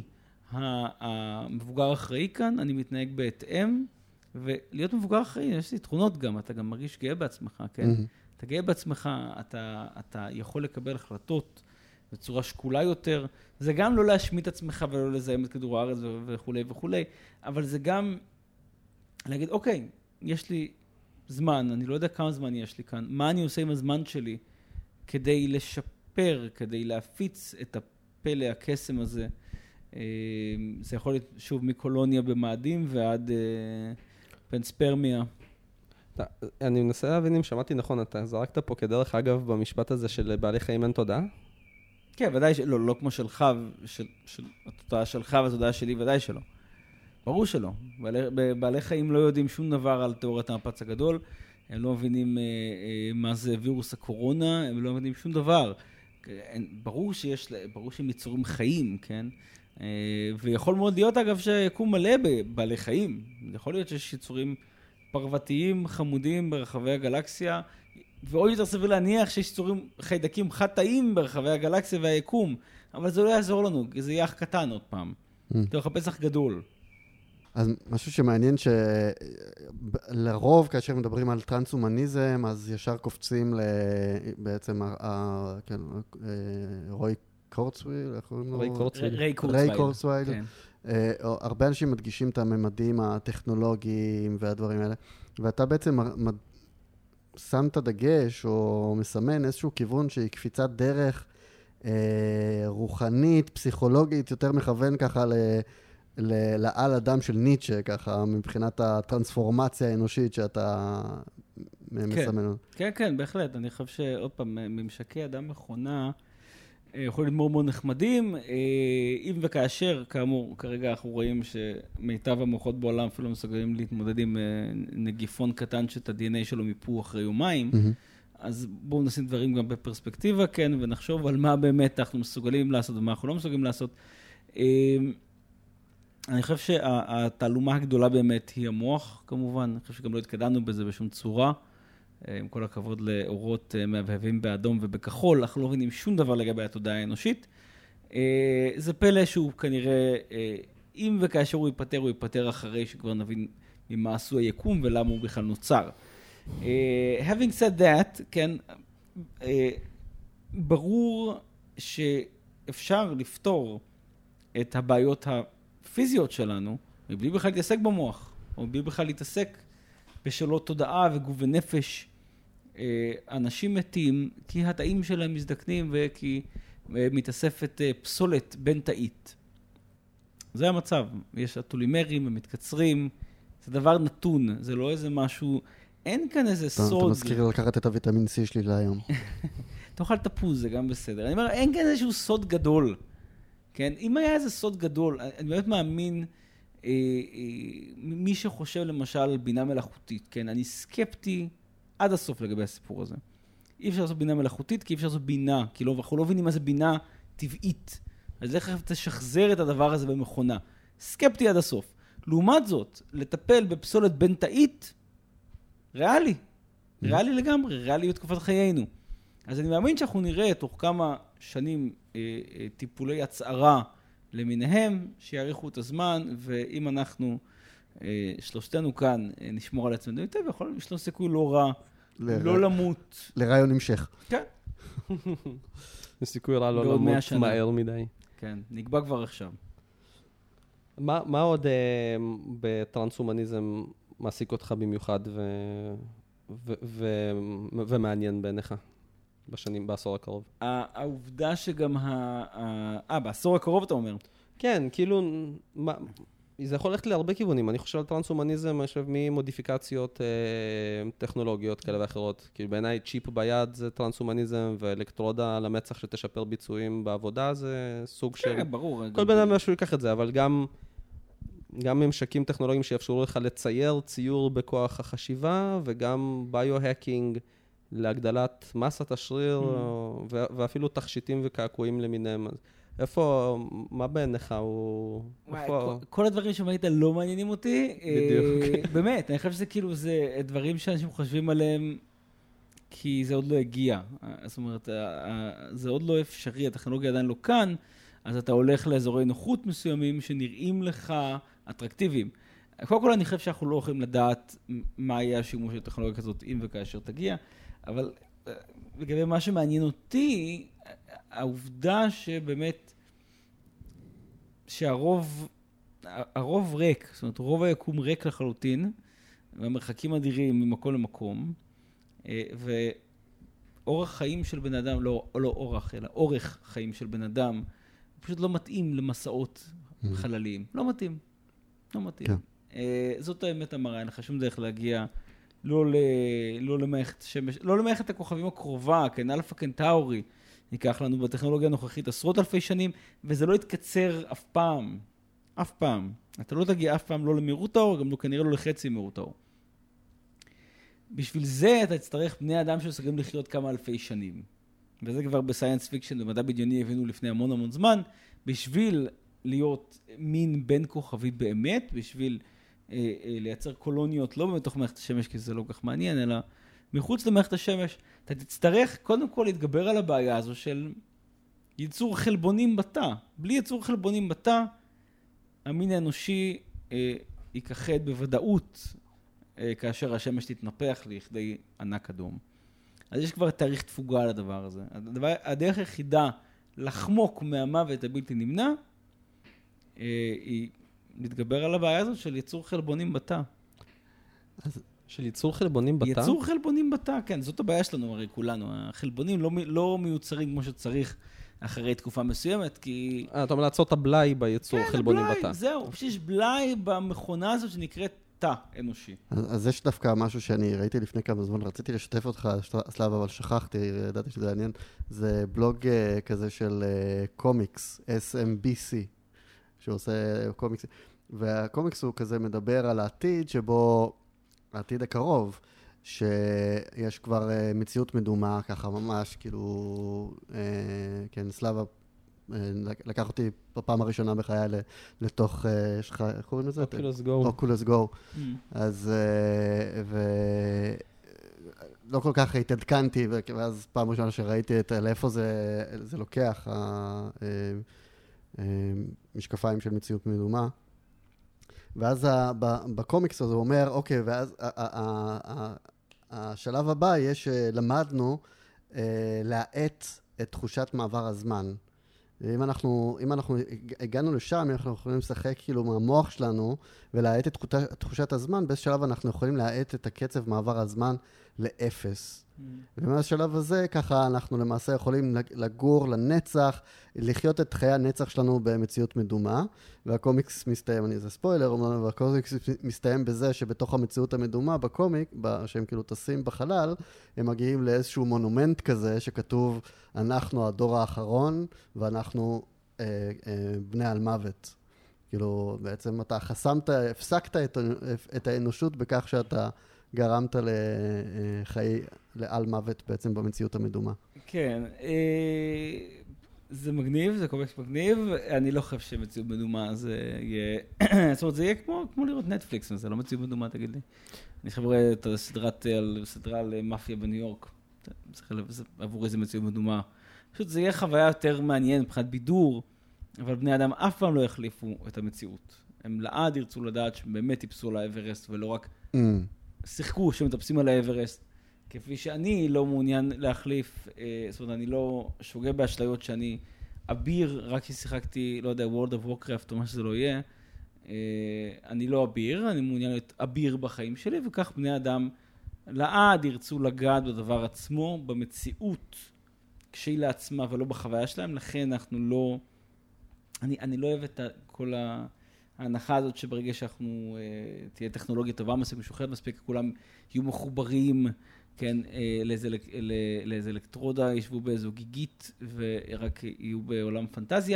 המבוגר אחראי כאן, אני מתנהג בהתאם, ולהיות מבוגר אחראי, יש לי תכונות גם, אתה גם מרגיש גאה בעצמך, כן? Mm-hmm. אתה גאה בעצמך, אתה, אתה יכול לקבל החלטות בצורה שקולה יותר, זה גם לא להשמיט עצמך ולא לזהם את כדור הארץ וכו' וכו', אבל זה גם להגיד, אוקיי, יש לי זמן, אני לא יודע כמה זמן יש לי כאן, מה אני עושה עם הזמן שלי כדי לשפר, כדי להפיץ את הפלא הקסם הזה. זה יכול להיות שוב מקולוניה במאדים ועד פנספרמיה. אני מנסה להבין אם שמעתי נכון, אתה זרקת פה כדרך אגב במשפט הזה של בעלי חיים אין תודעה? כן, ודאי שלא, לא כמו שלך, של, של, התודעה שלך והתודעה שלי, ודאי שלא. ברור שלא. בעלי, בעלי חיים לא יודעים שום דבר על תיאוריית המפץ הגדול, הם לא מבינים אה, אה, מה זה וירוס הקורונה, הם לא מבינים שום דבר. ברור שיש, ברור שהם יצורים חיים, כן? אה, ויכול מאוד להיות, אגב, שיקום מלא בבעלי חיים. יכול להיות שיש יצורים פרוותיים, חמודים ברחבי הגלקסיה, ועוד יותר סביר להניח שיש יצורים חיידקים חטאים ברחבי הגלקסיה והיקום, אבל זה לא יעזור לנו, זה יהיה אח קטן עוד פעם. אתה מחפש אח גדול. אז משהו שמעניין שלרוב כאשר מדברים על טרנס-הומניזם, אז ישר קופצים בעצם רוי קורצוויל, איך קוראים לו? ריי קורצוויל. ריי קורצוויל. הרבה אנשים מדגישים את הממדים הטכנולוגיים והדברים האלה, ואתה בעצם שם את הדגש או מסמן איזשהו כיוון שהיא קפיצת דרך רוחנית, פסיכולוגית, יותר מכוון ככה ל... לעל אדם של ניטשה, ככה, מבחינת הטרנספורמציה האנושית שאתה מסמן. כן, כן, בהחלט. אני חושב שעוד פעם, ממשקי אדם מכונה יכולים להיות מאוד מאוד נחמדים, אם וכאשר, כאמור, כרגע אנחנו רואים שמיטב המוחות בעולם אפילו מסוגלים להתמודד עם נגיפון קטן שאת ה-די אן איי שלו מיפו אחרי יומיים, אז בואו נשים דברים גם בפרספקטיבה, כן, ונחשוב על מה באמת אנחנו מסוגלים לעשות ומה אנחנו לא מסוגלים לעשות. אני חושב שהתעלומה הגדולה באמת היא המוח, כמובן. אני חושב שגם לא התקדמנו בזה בשום צורה. עם כל הכבוד לאורות מהבהבים באדום ובכחול, אנחנו לא מבינים שום דבר לגבי התודעה האנושית. זה פלא שהוא כנראה, אם וכאשר הוא ייפטר, הוא ייפטר אחרי שכבר נבין ממה עשו היקום ולמה הוא בכלל נוצר. Uh, having said that, כן, uh, ברור שאפשר לפתור את הבעיות הפיזיות שלנו, מבלי בכלל להתעסק במוח, או מבלי בכלל להתעסק בשאלות תודעה וגוף ונפש. Uh, אנשים מתים כי התאים שלהם מזדקנים וכי uh, מתאספת uh, פסולת בין תאית. זה המצב. יש אטולימרים ומתקצרים, זה דבר נתון, זה לא איזה משהו... אין כאן איזה סוד... אתה מזכיר לקחת את הוויטמין C שלי להיום. תאכל תפוז, זה גם בסדר. אני אומר, אין כאן איזשהו סוד גדול. כן? אם היה איזה סוד גדול, אני באמת מאמין, אה, אה, מי שחושב למשל על בינה מלאכותית, כן? אני סקפטי עד הסוף לגבי הסיפור הזה. אי אפשר לעשות בינה מלאכותית, כי אי אפשר לעשות בינה, כי לא, אנחנו לא מבינים מה זה בינה טבעית. אז איך תשחזר את הדבר הזה במכונה? סקפטי עד הסוף. לעומת זאת, לטפל בפסולת בין תאית, ריאלי, ריאלי לגמרי, ריאלי בתקופת חיינו. אז אני מאמין שאנחנו נראה תוך כמה שנים אה, אה, טיפולי הצערה למיניהם, שיאריכו את הזמן, ואם אנחנו, אה, שלושתנו כאן, אה, נשמור על עצמנו היטב, יכול להיות שיש סיכוי לא רע, ל... לא למות. לרעיון המשך. כן. יש סיכוי רע לא למות מהר מדי. כן, נקבע כבר עכשיו. מה, מה עוד אה, בטרנס-הומניזם מעסיק אותך במיוחד ו... ו... ו... ומעניין בעיניך בשנים, בעשור הקרוב? העובדה שגם ה... אה, בעשור הקרוב אתה אומר? כן, כאילו, מה... זה יכול ללכת להרבה כיוונים. אני חושב על טרנס-הומניזם, אני חושב ממודיפיקציות אה, טכנולוגיות כאלה ואחרות. כאילו בעיניי צ'יפ ביד זה טרנס-הומניזם, ואלקטרודה על המצח שתשפר ביצועים בעבודה זה סוג של... כן, ברור. כל בן אדם משהו ייקח את זה, אבל גם... גם ממשקים טכנולוגיים שיאפשרו לך לצייר ציור בכוח החשיבה, וגם ביו-הקינג להגדלת מסת השריר, mm. ואפילו תכשיטים וקעקועים למיניהם. איפה, מה בעיניך הוא... וואי, כל, כל הדברים שמעית לא מעניינים אותי. בדיוק. באמת, אני חושב שזה כאילו, זה דברים שאנשים חושבים עליהם, כי זה עוד לא הגיע. זאת אומרת, זה עוד לא אפשרי, הטכנולוגיה עדיין לא כאן, אז אתה הולך לאזורי נוחות מסוימים שנראים לך אטרקטיביים. קודם כל אני חושב שאנחנו לא יכולים לדעת מה יהיה השימוש של טכנולוגיה כזאת אם וכאשר תגיע, אבל לגבי מה שמעניין אותי, העובדה שבאמת שהרוב הרוב ריק, זאת אומרת רוב היקום ריק לחלוטין, והמרחקים אדירים ממקום למקום, ואורח חיים של בן אדם, לא, לא אורח, אלא אורך חיים של בן אדם, פשוט לא מתאים למסעות חלליים. לא מתאים. לא מתאים. כן. זאת האמת המראה, אין לך שום דרך להגיע לא, ל, לא למערכת שמש, לא למערכת הכוכבים הקרובה, כן, אלפא קנטאורי, ייקח לנו בטכנולוגיה הנוכחית עשרות אלפי שנים, וזה לא יתקצר אף פעם. אף פעם. אתה לא תגיע אף פעם לא למהירות האור, גם לא כנראה לא לחצי מהירות האור. בשביל זה אתה תצטרך בני אדם שמסוגלים לחיות כמה אלפי שנים. וזה כבר בסיינס פיקשן, במדע בדיוני הבינו לפני המון המון זמן, בשביל להיות מין בין כוכבי באמת, בשביל אה, אה, לייצר קולוניות, לא בתוך מערכת השמש, כי זה לא כך מעניין, אלא מחוץ למערכת השמש, אתה תצטרך קודם כל להתגבר על הבעיה הזו של ייצור חלבונים בתא. בלי ייצור חלבונים בתא, המין האנושי אה, ייכחד בוודאות, אה, כאשר השמש תתנפח לכדי ענק אדום. אז יש כבר תאריך תפוגה על הדבר הזה. הדבר, הדרך היחידה לחמוק מהמוות הבלתי נמנע, אה, היא להתגבר על הבעיה הזאת של ייצור חלבונים בתא. אז של ייצור חלבונים בתא? ייצור חלבונים בתא, כן, זאת הבעיה שלנו הרי כולנו. החלבונים לא, לא מיוצרים כמו שצריך אחרי תקופה מסוימת, כי... אה, אתה אומר לעצור את הבלאי בייצור כן, חלבונים הבלאי, בתא. זהו, שיש בלאי במכונה הזאת שנקראת תא אנושי. אז, אז יש דווקא משהו שאני ראיתי לפני כמה זמן, רציתי לשתף אותך, סלאב, אבל שכחתי, ידעתי שזה עניין. זה בלוג uh, כזה של uh, קומיקס, אס אם בי סי, שעושה קומיקס, והקומיקס הוא כזה מדבר על העתיד שבו, העתיד הקרוב, שיש כבר uh, מציאות מדומה, ככה ממש, כאילו, uh, כן, סלאבה uh, לקח אותי בפעם הראשונה בחיי לתוך, יש לך, איך קוראים לזה? אוקולוס גו. אוקולוס גו. אז, uh, ו... לא כל כך התעדכנתי, ואז פעם ראשונה שראיתי את לאיפה זה, זה לוקח, המשקפיים של מציאות מדומה. ואז בקומיקס הזה הוא אומר, אוקיי, ואז השלב הבא יהיה שלמדנו להאט את תחושת מעבר הזמן. אם אנחנו, אם אנחנו הגענו לשם, אנחנו יכולים לשחק כאילו מהמוח שלנו ולהאט את תחושת הזמן, באיזה שלב אנחנו יכולים להאט את הקצב מעבר הזמן לאפס. Mm. ומהשלב הזה, ככה אנחנו למעשה יכולים לגור לנצח, לחיות את חיי הנצח שלנו במציאות מדומה, והקומיקס מסתיים, אני זה ספוילר, והקומיקס מסתיים בזה שבתוך המציאות המדומה בקומיק, שהם כאילו טסים בחלל, הם מגיעים לאיזשהו מונומנט כזה שכתוב, אנחנו הדור האחרון, ואנחנו אה, אה, בני על מוות. כאילו, בעצם אתה חסמת, הפסקת את, את האנושות בכך שאתה גרמת לחיי, לעל מוות בעצם במציאות המדומה. כן, זה מגניב, זה קומיקס מגניב, אני לא חושב שמציאות מדומה זה יהיה, זאת אומרת, זה יהיה כמו, כמו לראות נטפליקס, זה לא מציאות מדומה, תגיד לי. אני חושב את הסדרת, סדרה על מאפיה בניו יורק, עבור איזה מציאות מדומה. פשוט זה יהיה חוויה יותר מעניינת מבחינת בידור, אבל בני אדם אף פעם לא יחליפו את המציאות. הם לעד ירצו לדעת שהם באמת טיפסו על האברסט, ולא רק mm. שיחקו שמטפסים על האברסט, כפי שאני לא מעוניין להחליף, אה, זאת אומרת, אני לא שוגע באשליות שאני אביר, רק כי שיחקתי, לא יודע, World of Warcraft או מה שזה לא יהיה, אה, אני לא אביר, אני מעוניין להיות אביר בחיים שלי, וכך בני אדם לעד ירצו לגעת בדבר עצמו, במציאות, כשהיא לעצמה ולא בחוויה שלהם, לכן אנחנו לא, אני, אני לא אוהב את כל ה... ההנחה הזאת שברגע שאנחנו, אה, תהיה טכנולוגיה טובה מספיק, משוחררת מספיק, כולם יהיו מחוברים, כן, אה, לאיזה, לא, לאיזה אלקטרודה, ישבו באיזו גיגית, ורק יהיו בעולם פנטזיה.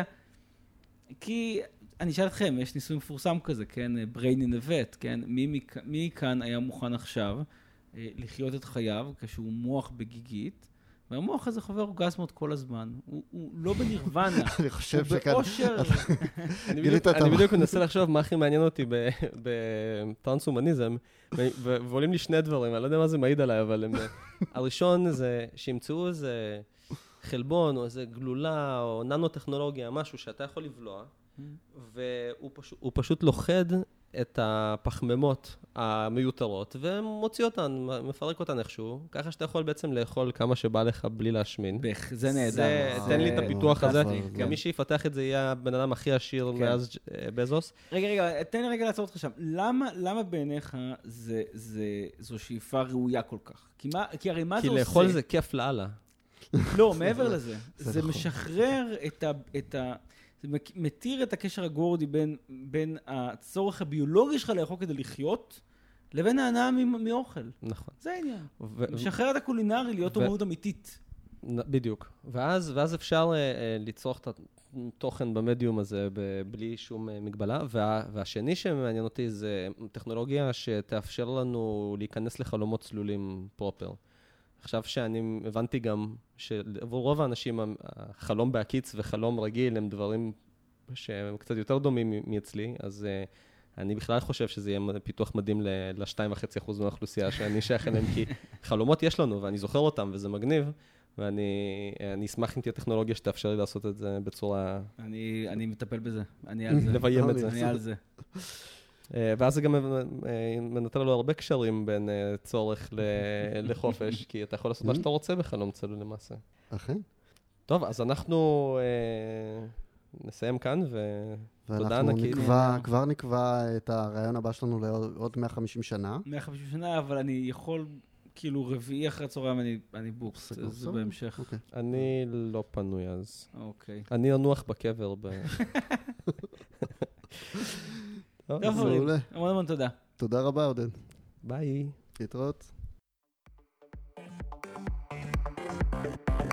כי, אני אשאל אתכם, יש ניסוי מפורסם כזה, כן, brain in a vet, כן, מי, מי, מי כאן היה מוכן עכשיו אה, לחיות את חייו, כשהוא מוח בגיגית, והמוח הזה חובר אורגזמות כל הזמן. הוא, הוא לא בנירוונה. אני חושב שכאן... הוא באושר. אני בדיוק מנסה לחשוב מה הכי מעניין אותי בטרנס-הומניזם, ועולים לי שני דברים, אני לא יודע מה זה מעיד עליי, אבל הראשון זה שימצאו איזה חלבון, או איזה גלולה, או ננו-טכנולוגיה, משהו שאתה יכול לבלוע, והוא פשוט לוחד את הפחמימות המיותרות, ומוציא אותן, מפרק אותן איכשהו, ככה שאתה יכול בעצם לאכול כמה שבא לך בלי להשמין. זה נהדר. תן לי את הפיתוח הזה, גם מי שיפתח את זה יהיה הבן אדם הכי עשיר מאז בזוס. רגע, רגע, תן לי רגע לעצור אותך שם. למה בעיניך זו שאיפה ראויה כל כך? כי הרי מה זה עושה? כי לאכול זה כיף לאללה. לא, מעבר לזה. זה משחרר את ה... זה מתיר את הקשר הגורדי בין, בין הצורך הביולוגי שלך לאכול כדי לחיות, לבין ההנאה מאוכל. נכון. זה העניין. ו- משחרר את הקולינרי להיות ו- אומנות אמיתית. בדיוק. ואז, ואז אפשר uh, לצרוך את התוכן במדיום הזה בלי שום uh, מגבלה. וה, והשני שמעניין אותי זה טכנולוגיה שתאפשר לנו להיכנס לחלומות צלולים פרופר. עכשיו שאני הבנתי גם שעבור רוב האנשים החלום בהקיץ וחלום רגיל הם דברים שהם קצת יותר דומים מאצלי, אז uh, אני בכלל חושב שזה יהיה פיתוח מדהים ל-שתיים נקודה חמש אחוז מהאוכלוסייה שאני שייך אליהם, כי חלומות יש לנו ואני זוכר אותם וזה מגניב, ואני אני אשמח אם תהיה טכנולוגיה שתאפשר לי לעשות את זה בצורה... אני, אני מטפל בזה, אני על זה. לביים את זה. אני על זה. ואז זה גם מנתן לו הרבה קשרים בין צורך לחופש, כי אתה יכול לעשות מה שאתה רוצה בחלום צלול למעשה. אכן. טוב, אז אנחנו נסיים כאן, ותודה ענקית. ואנחנו כבר נקבע את הרעיון הבא שלנו לעוד מאה וחמישים שנה. מאה וחמישים שנה, אבל אני יכול, כאילו רביעי אחרי צהריים, אני בוקס, זה בהמשך. אני לא פנוי אז. אוקיי. אני אנוח בקבר. טוב, חברים, המון המון תודה. תודה רבה, עודד. ביי. להתראות.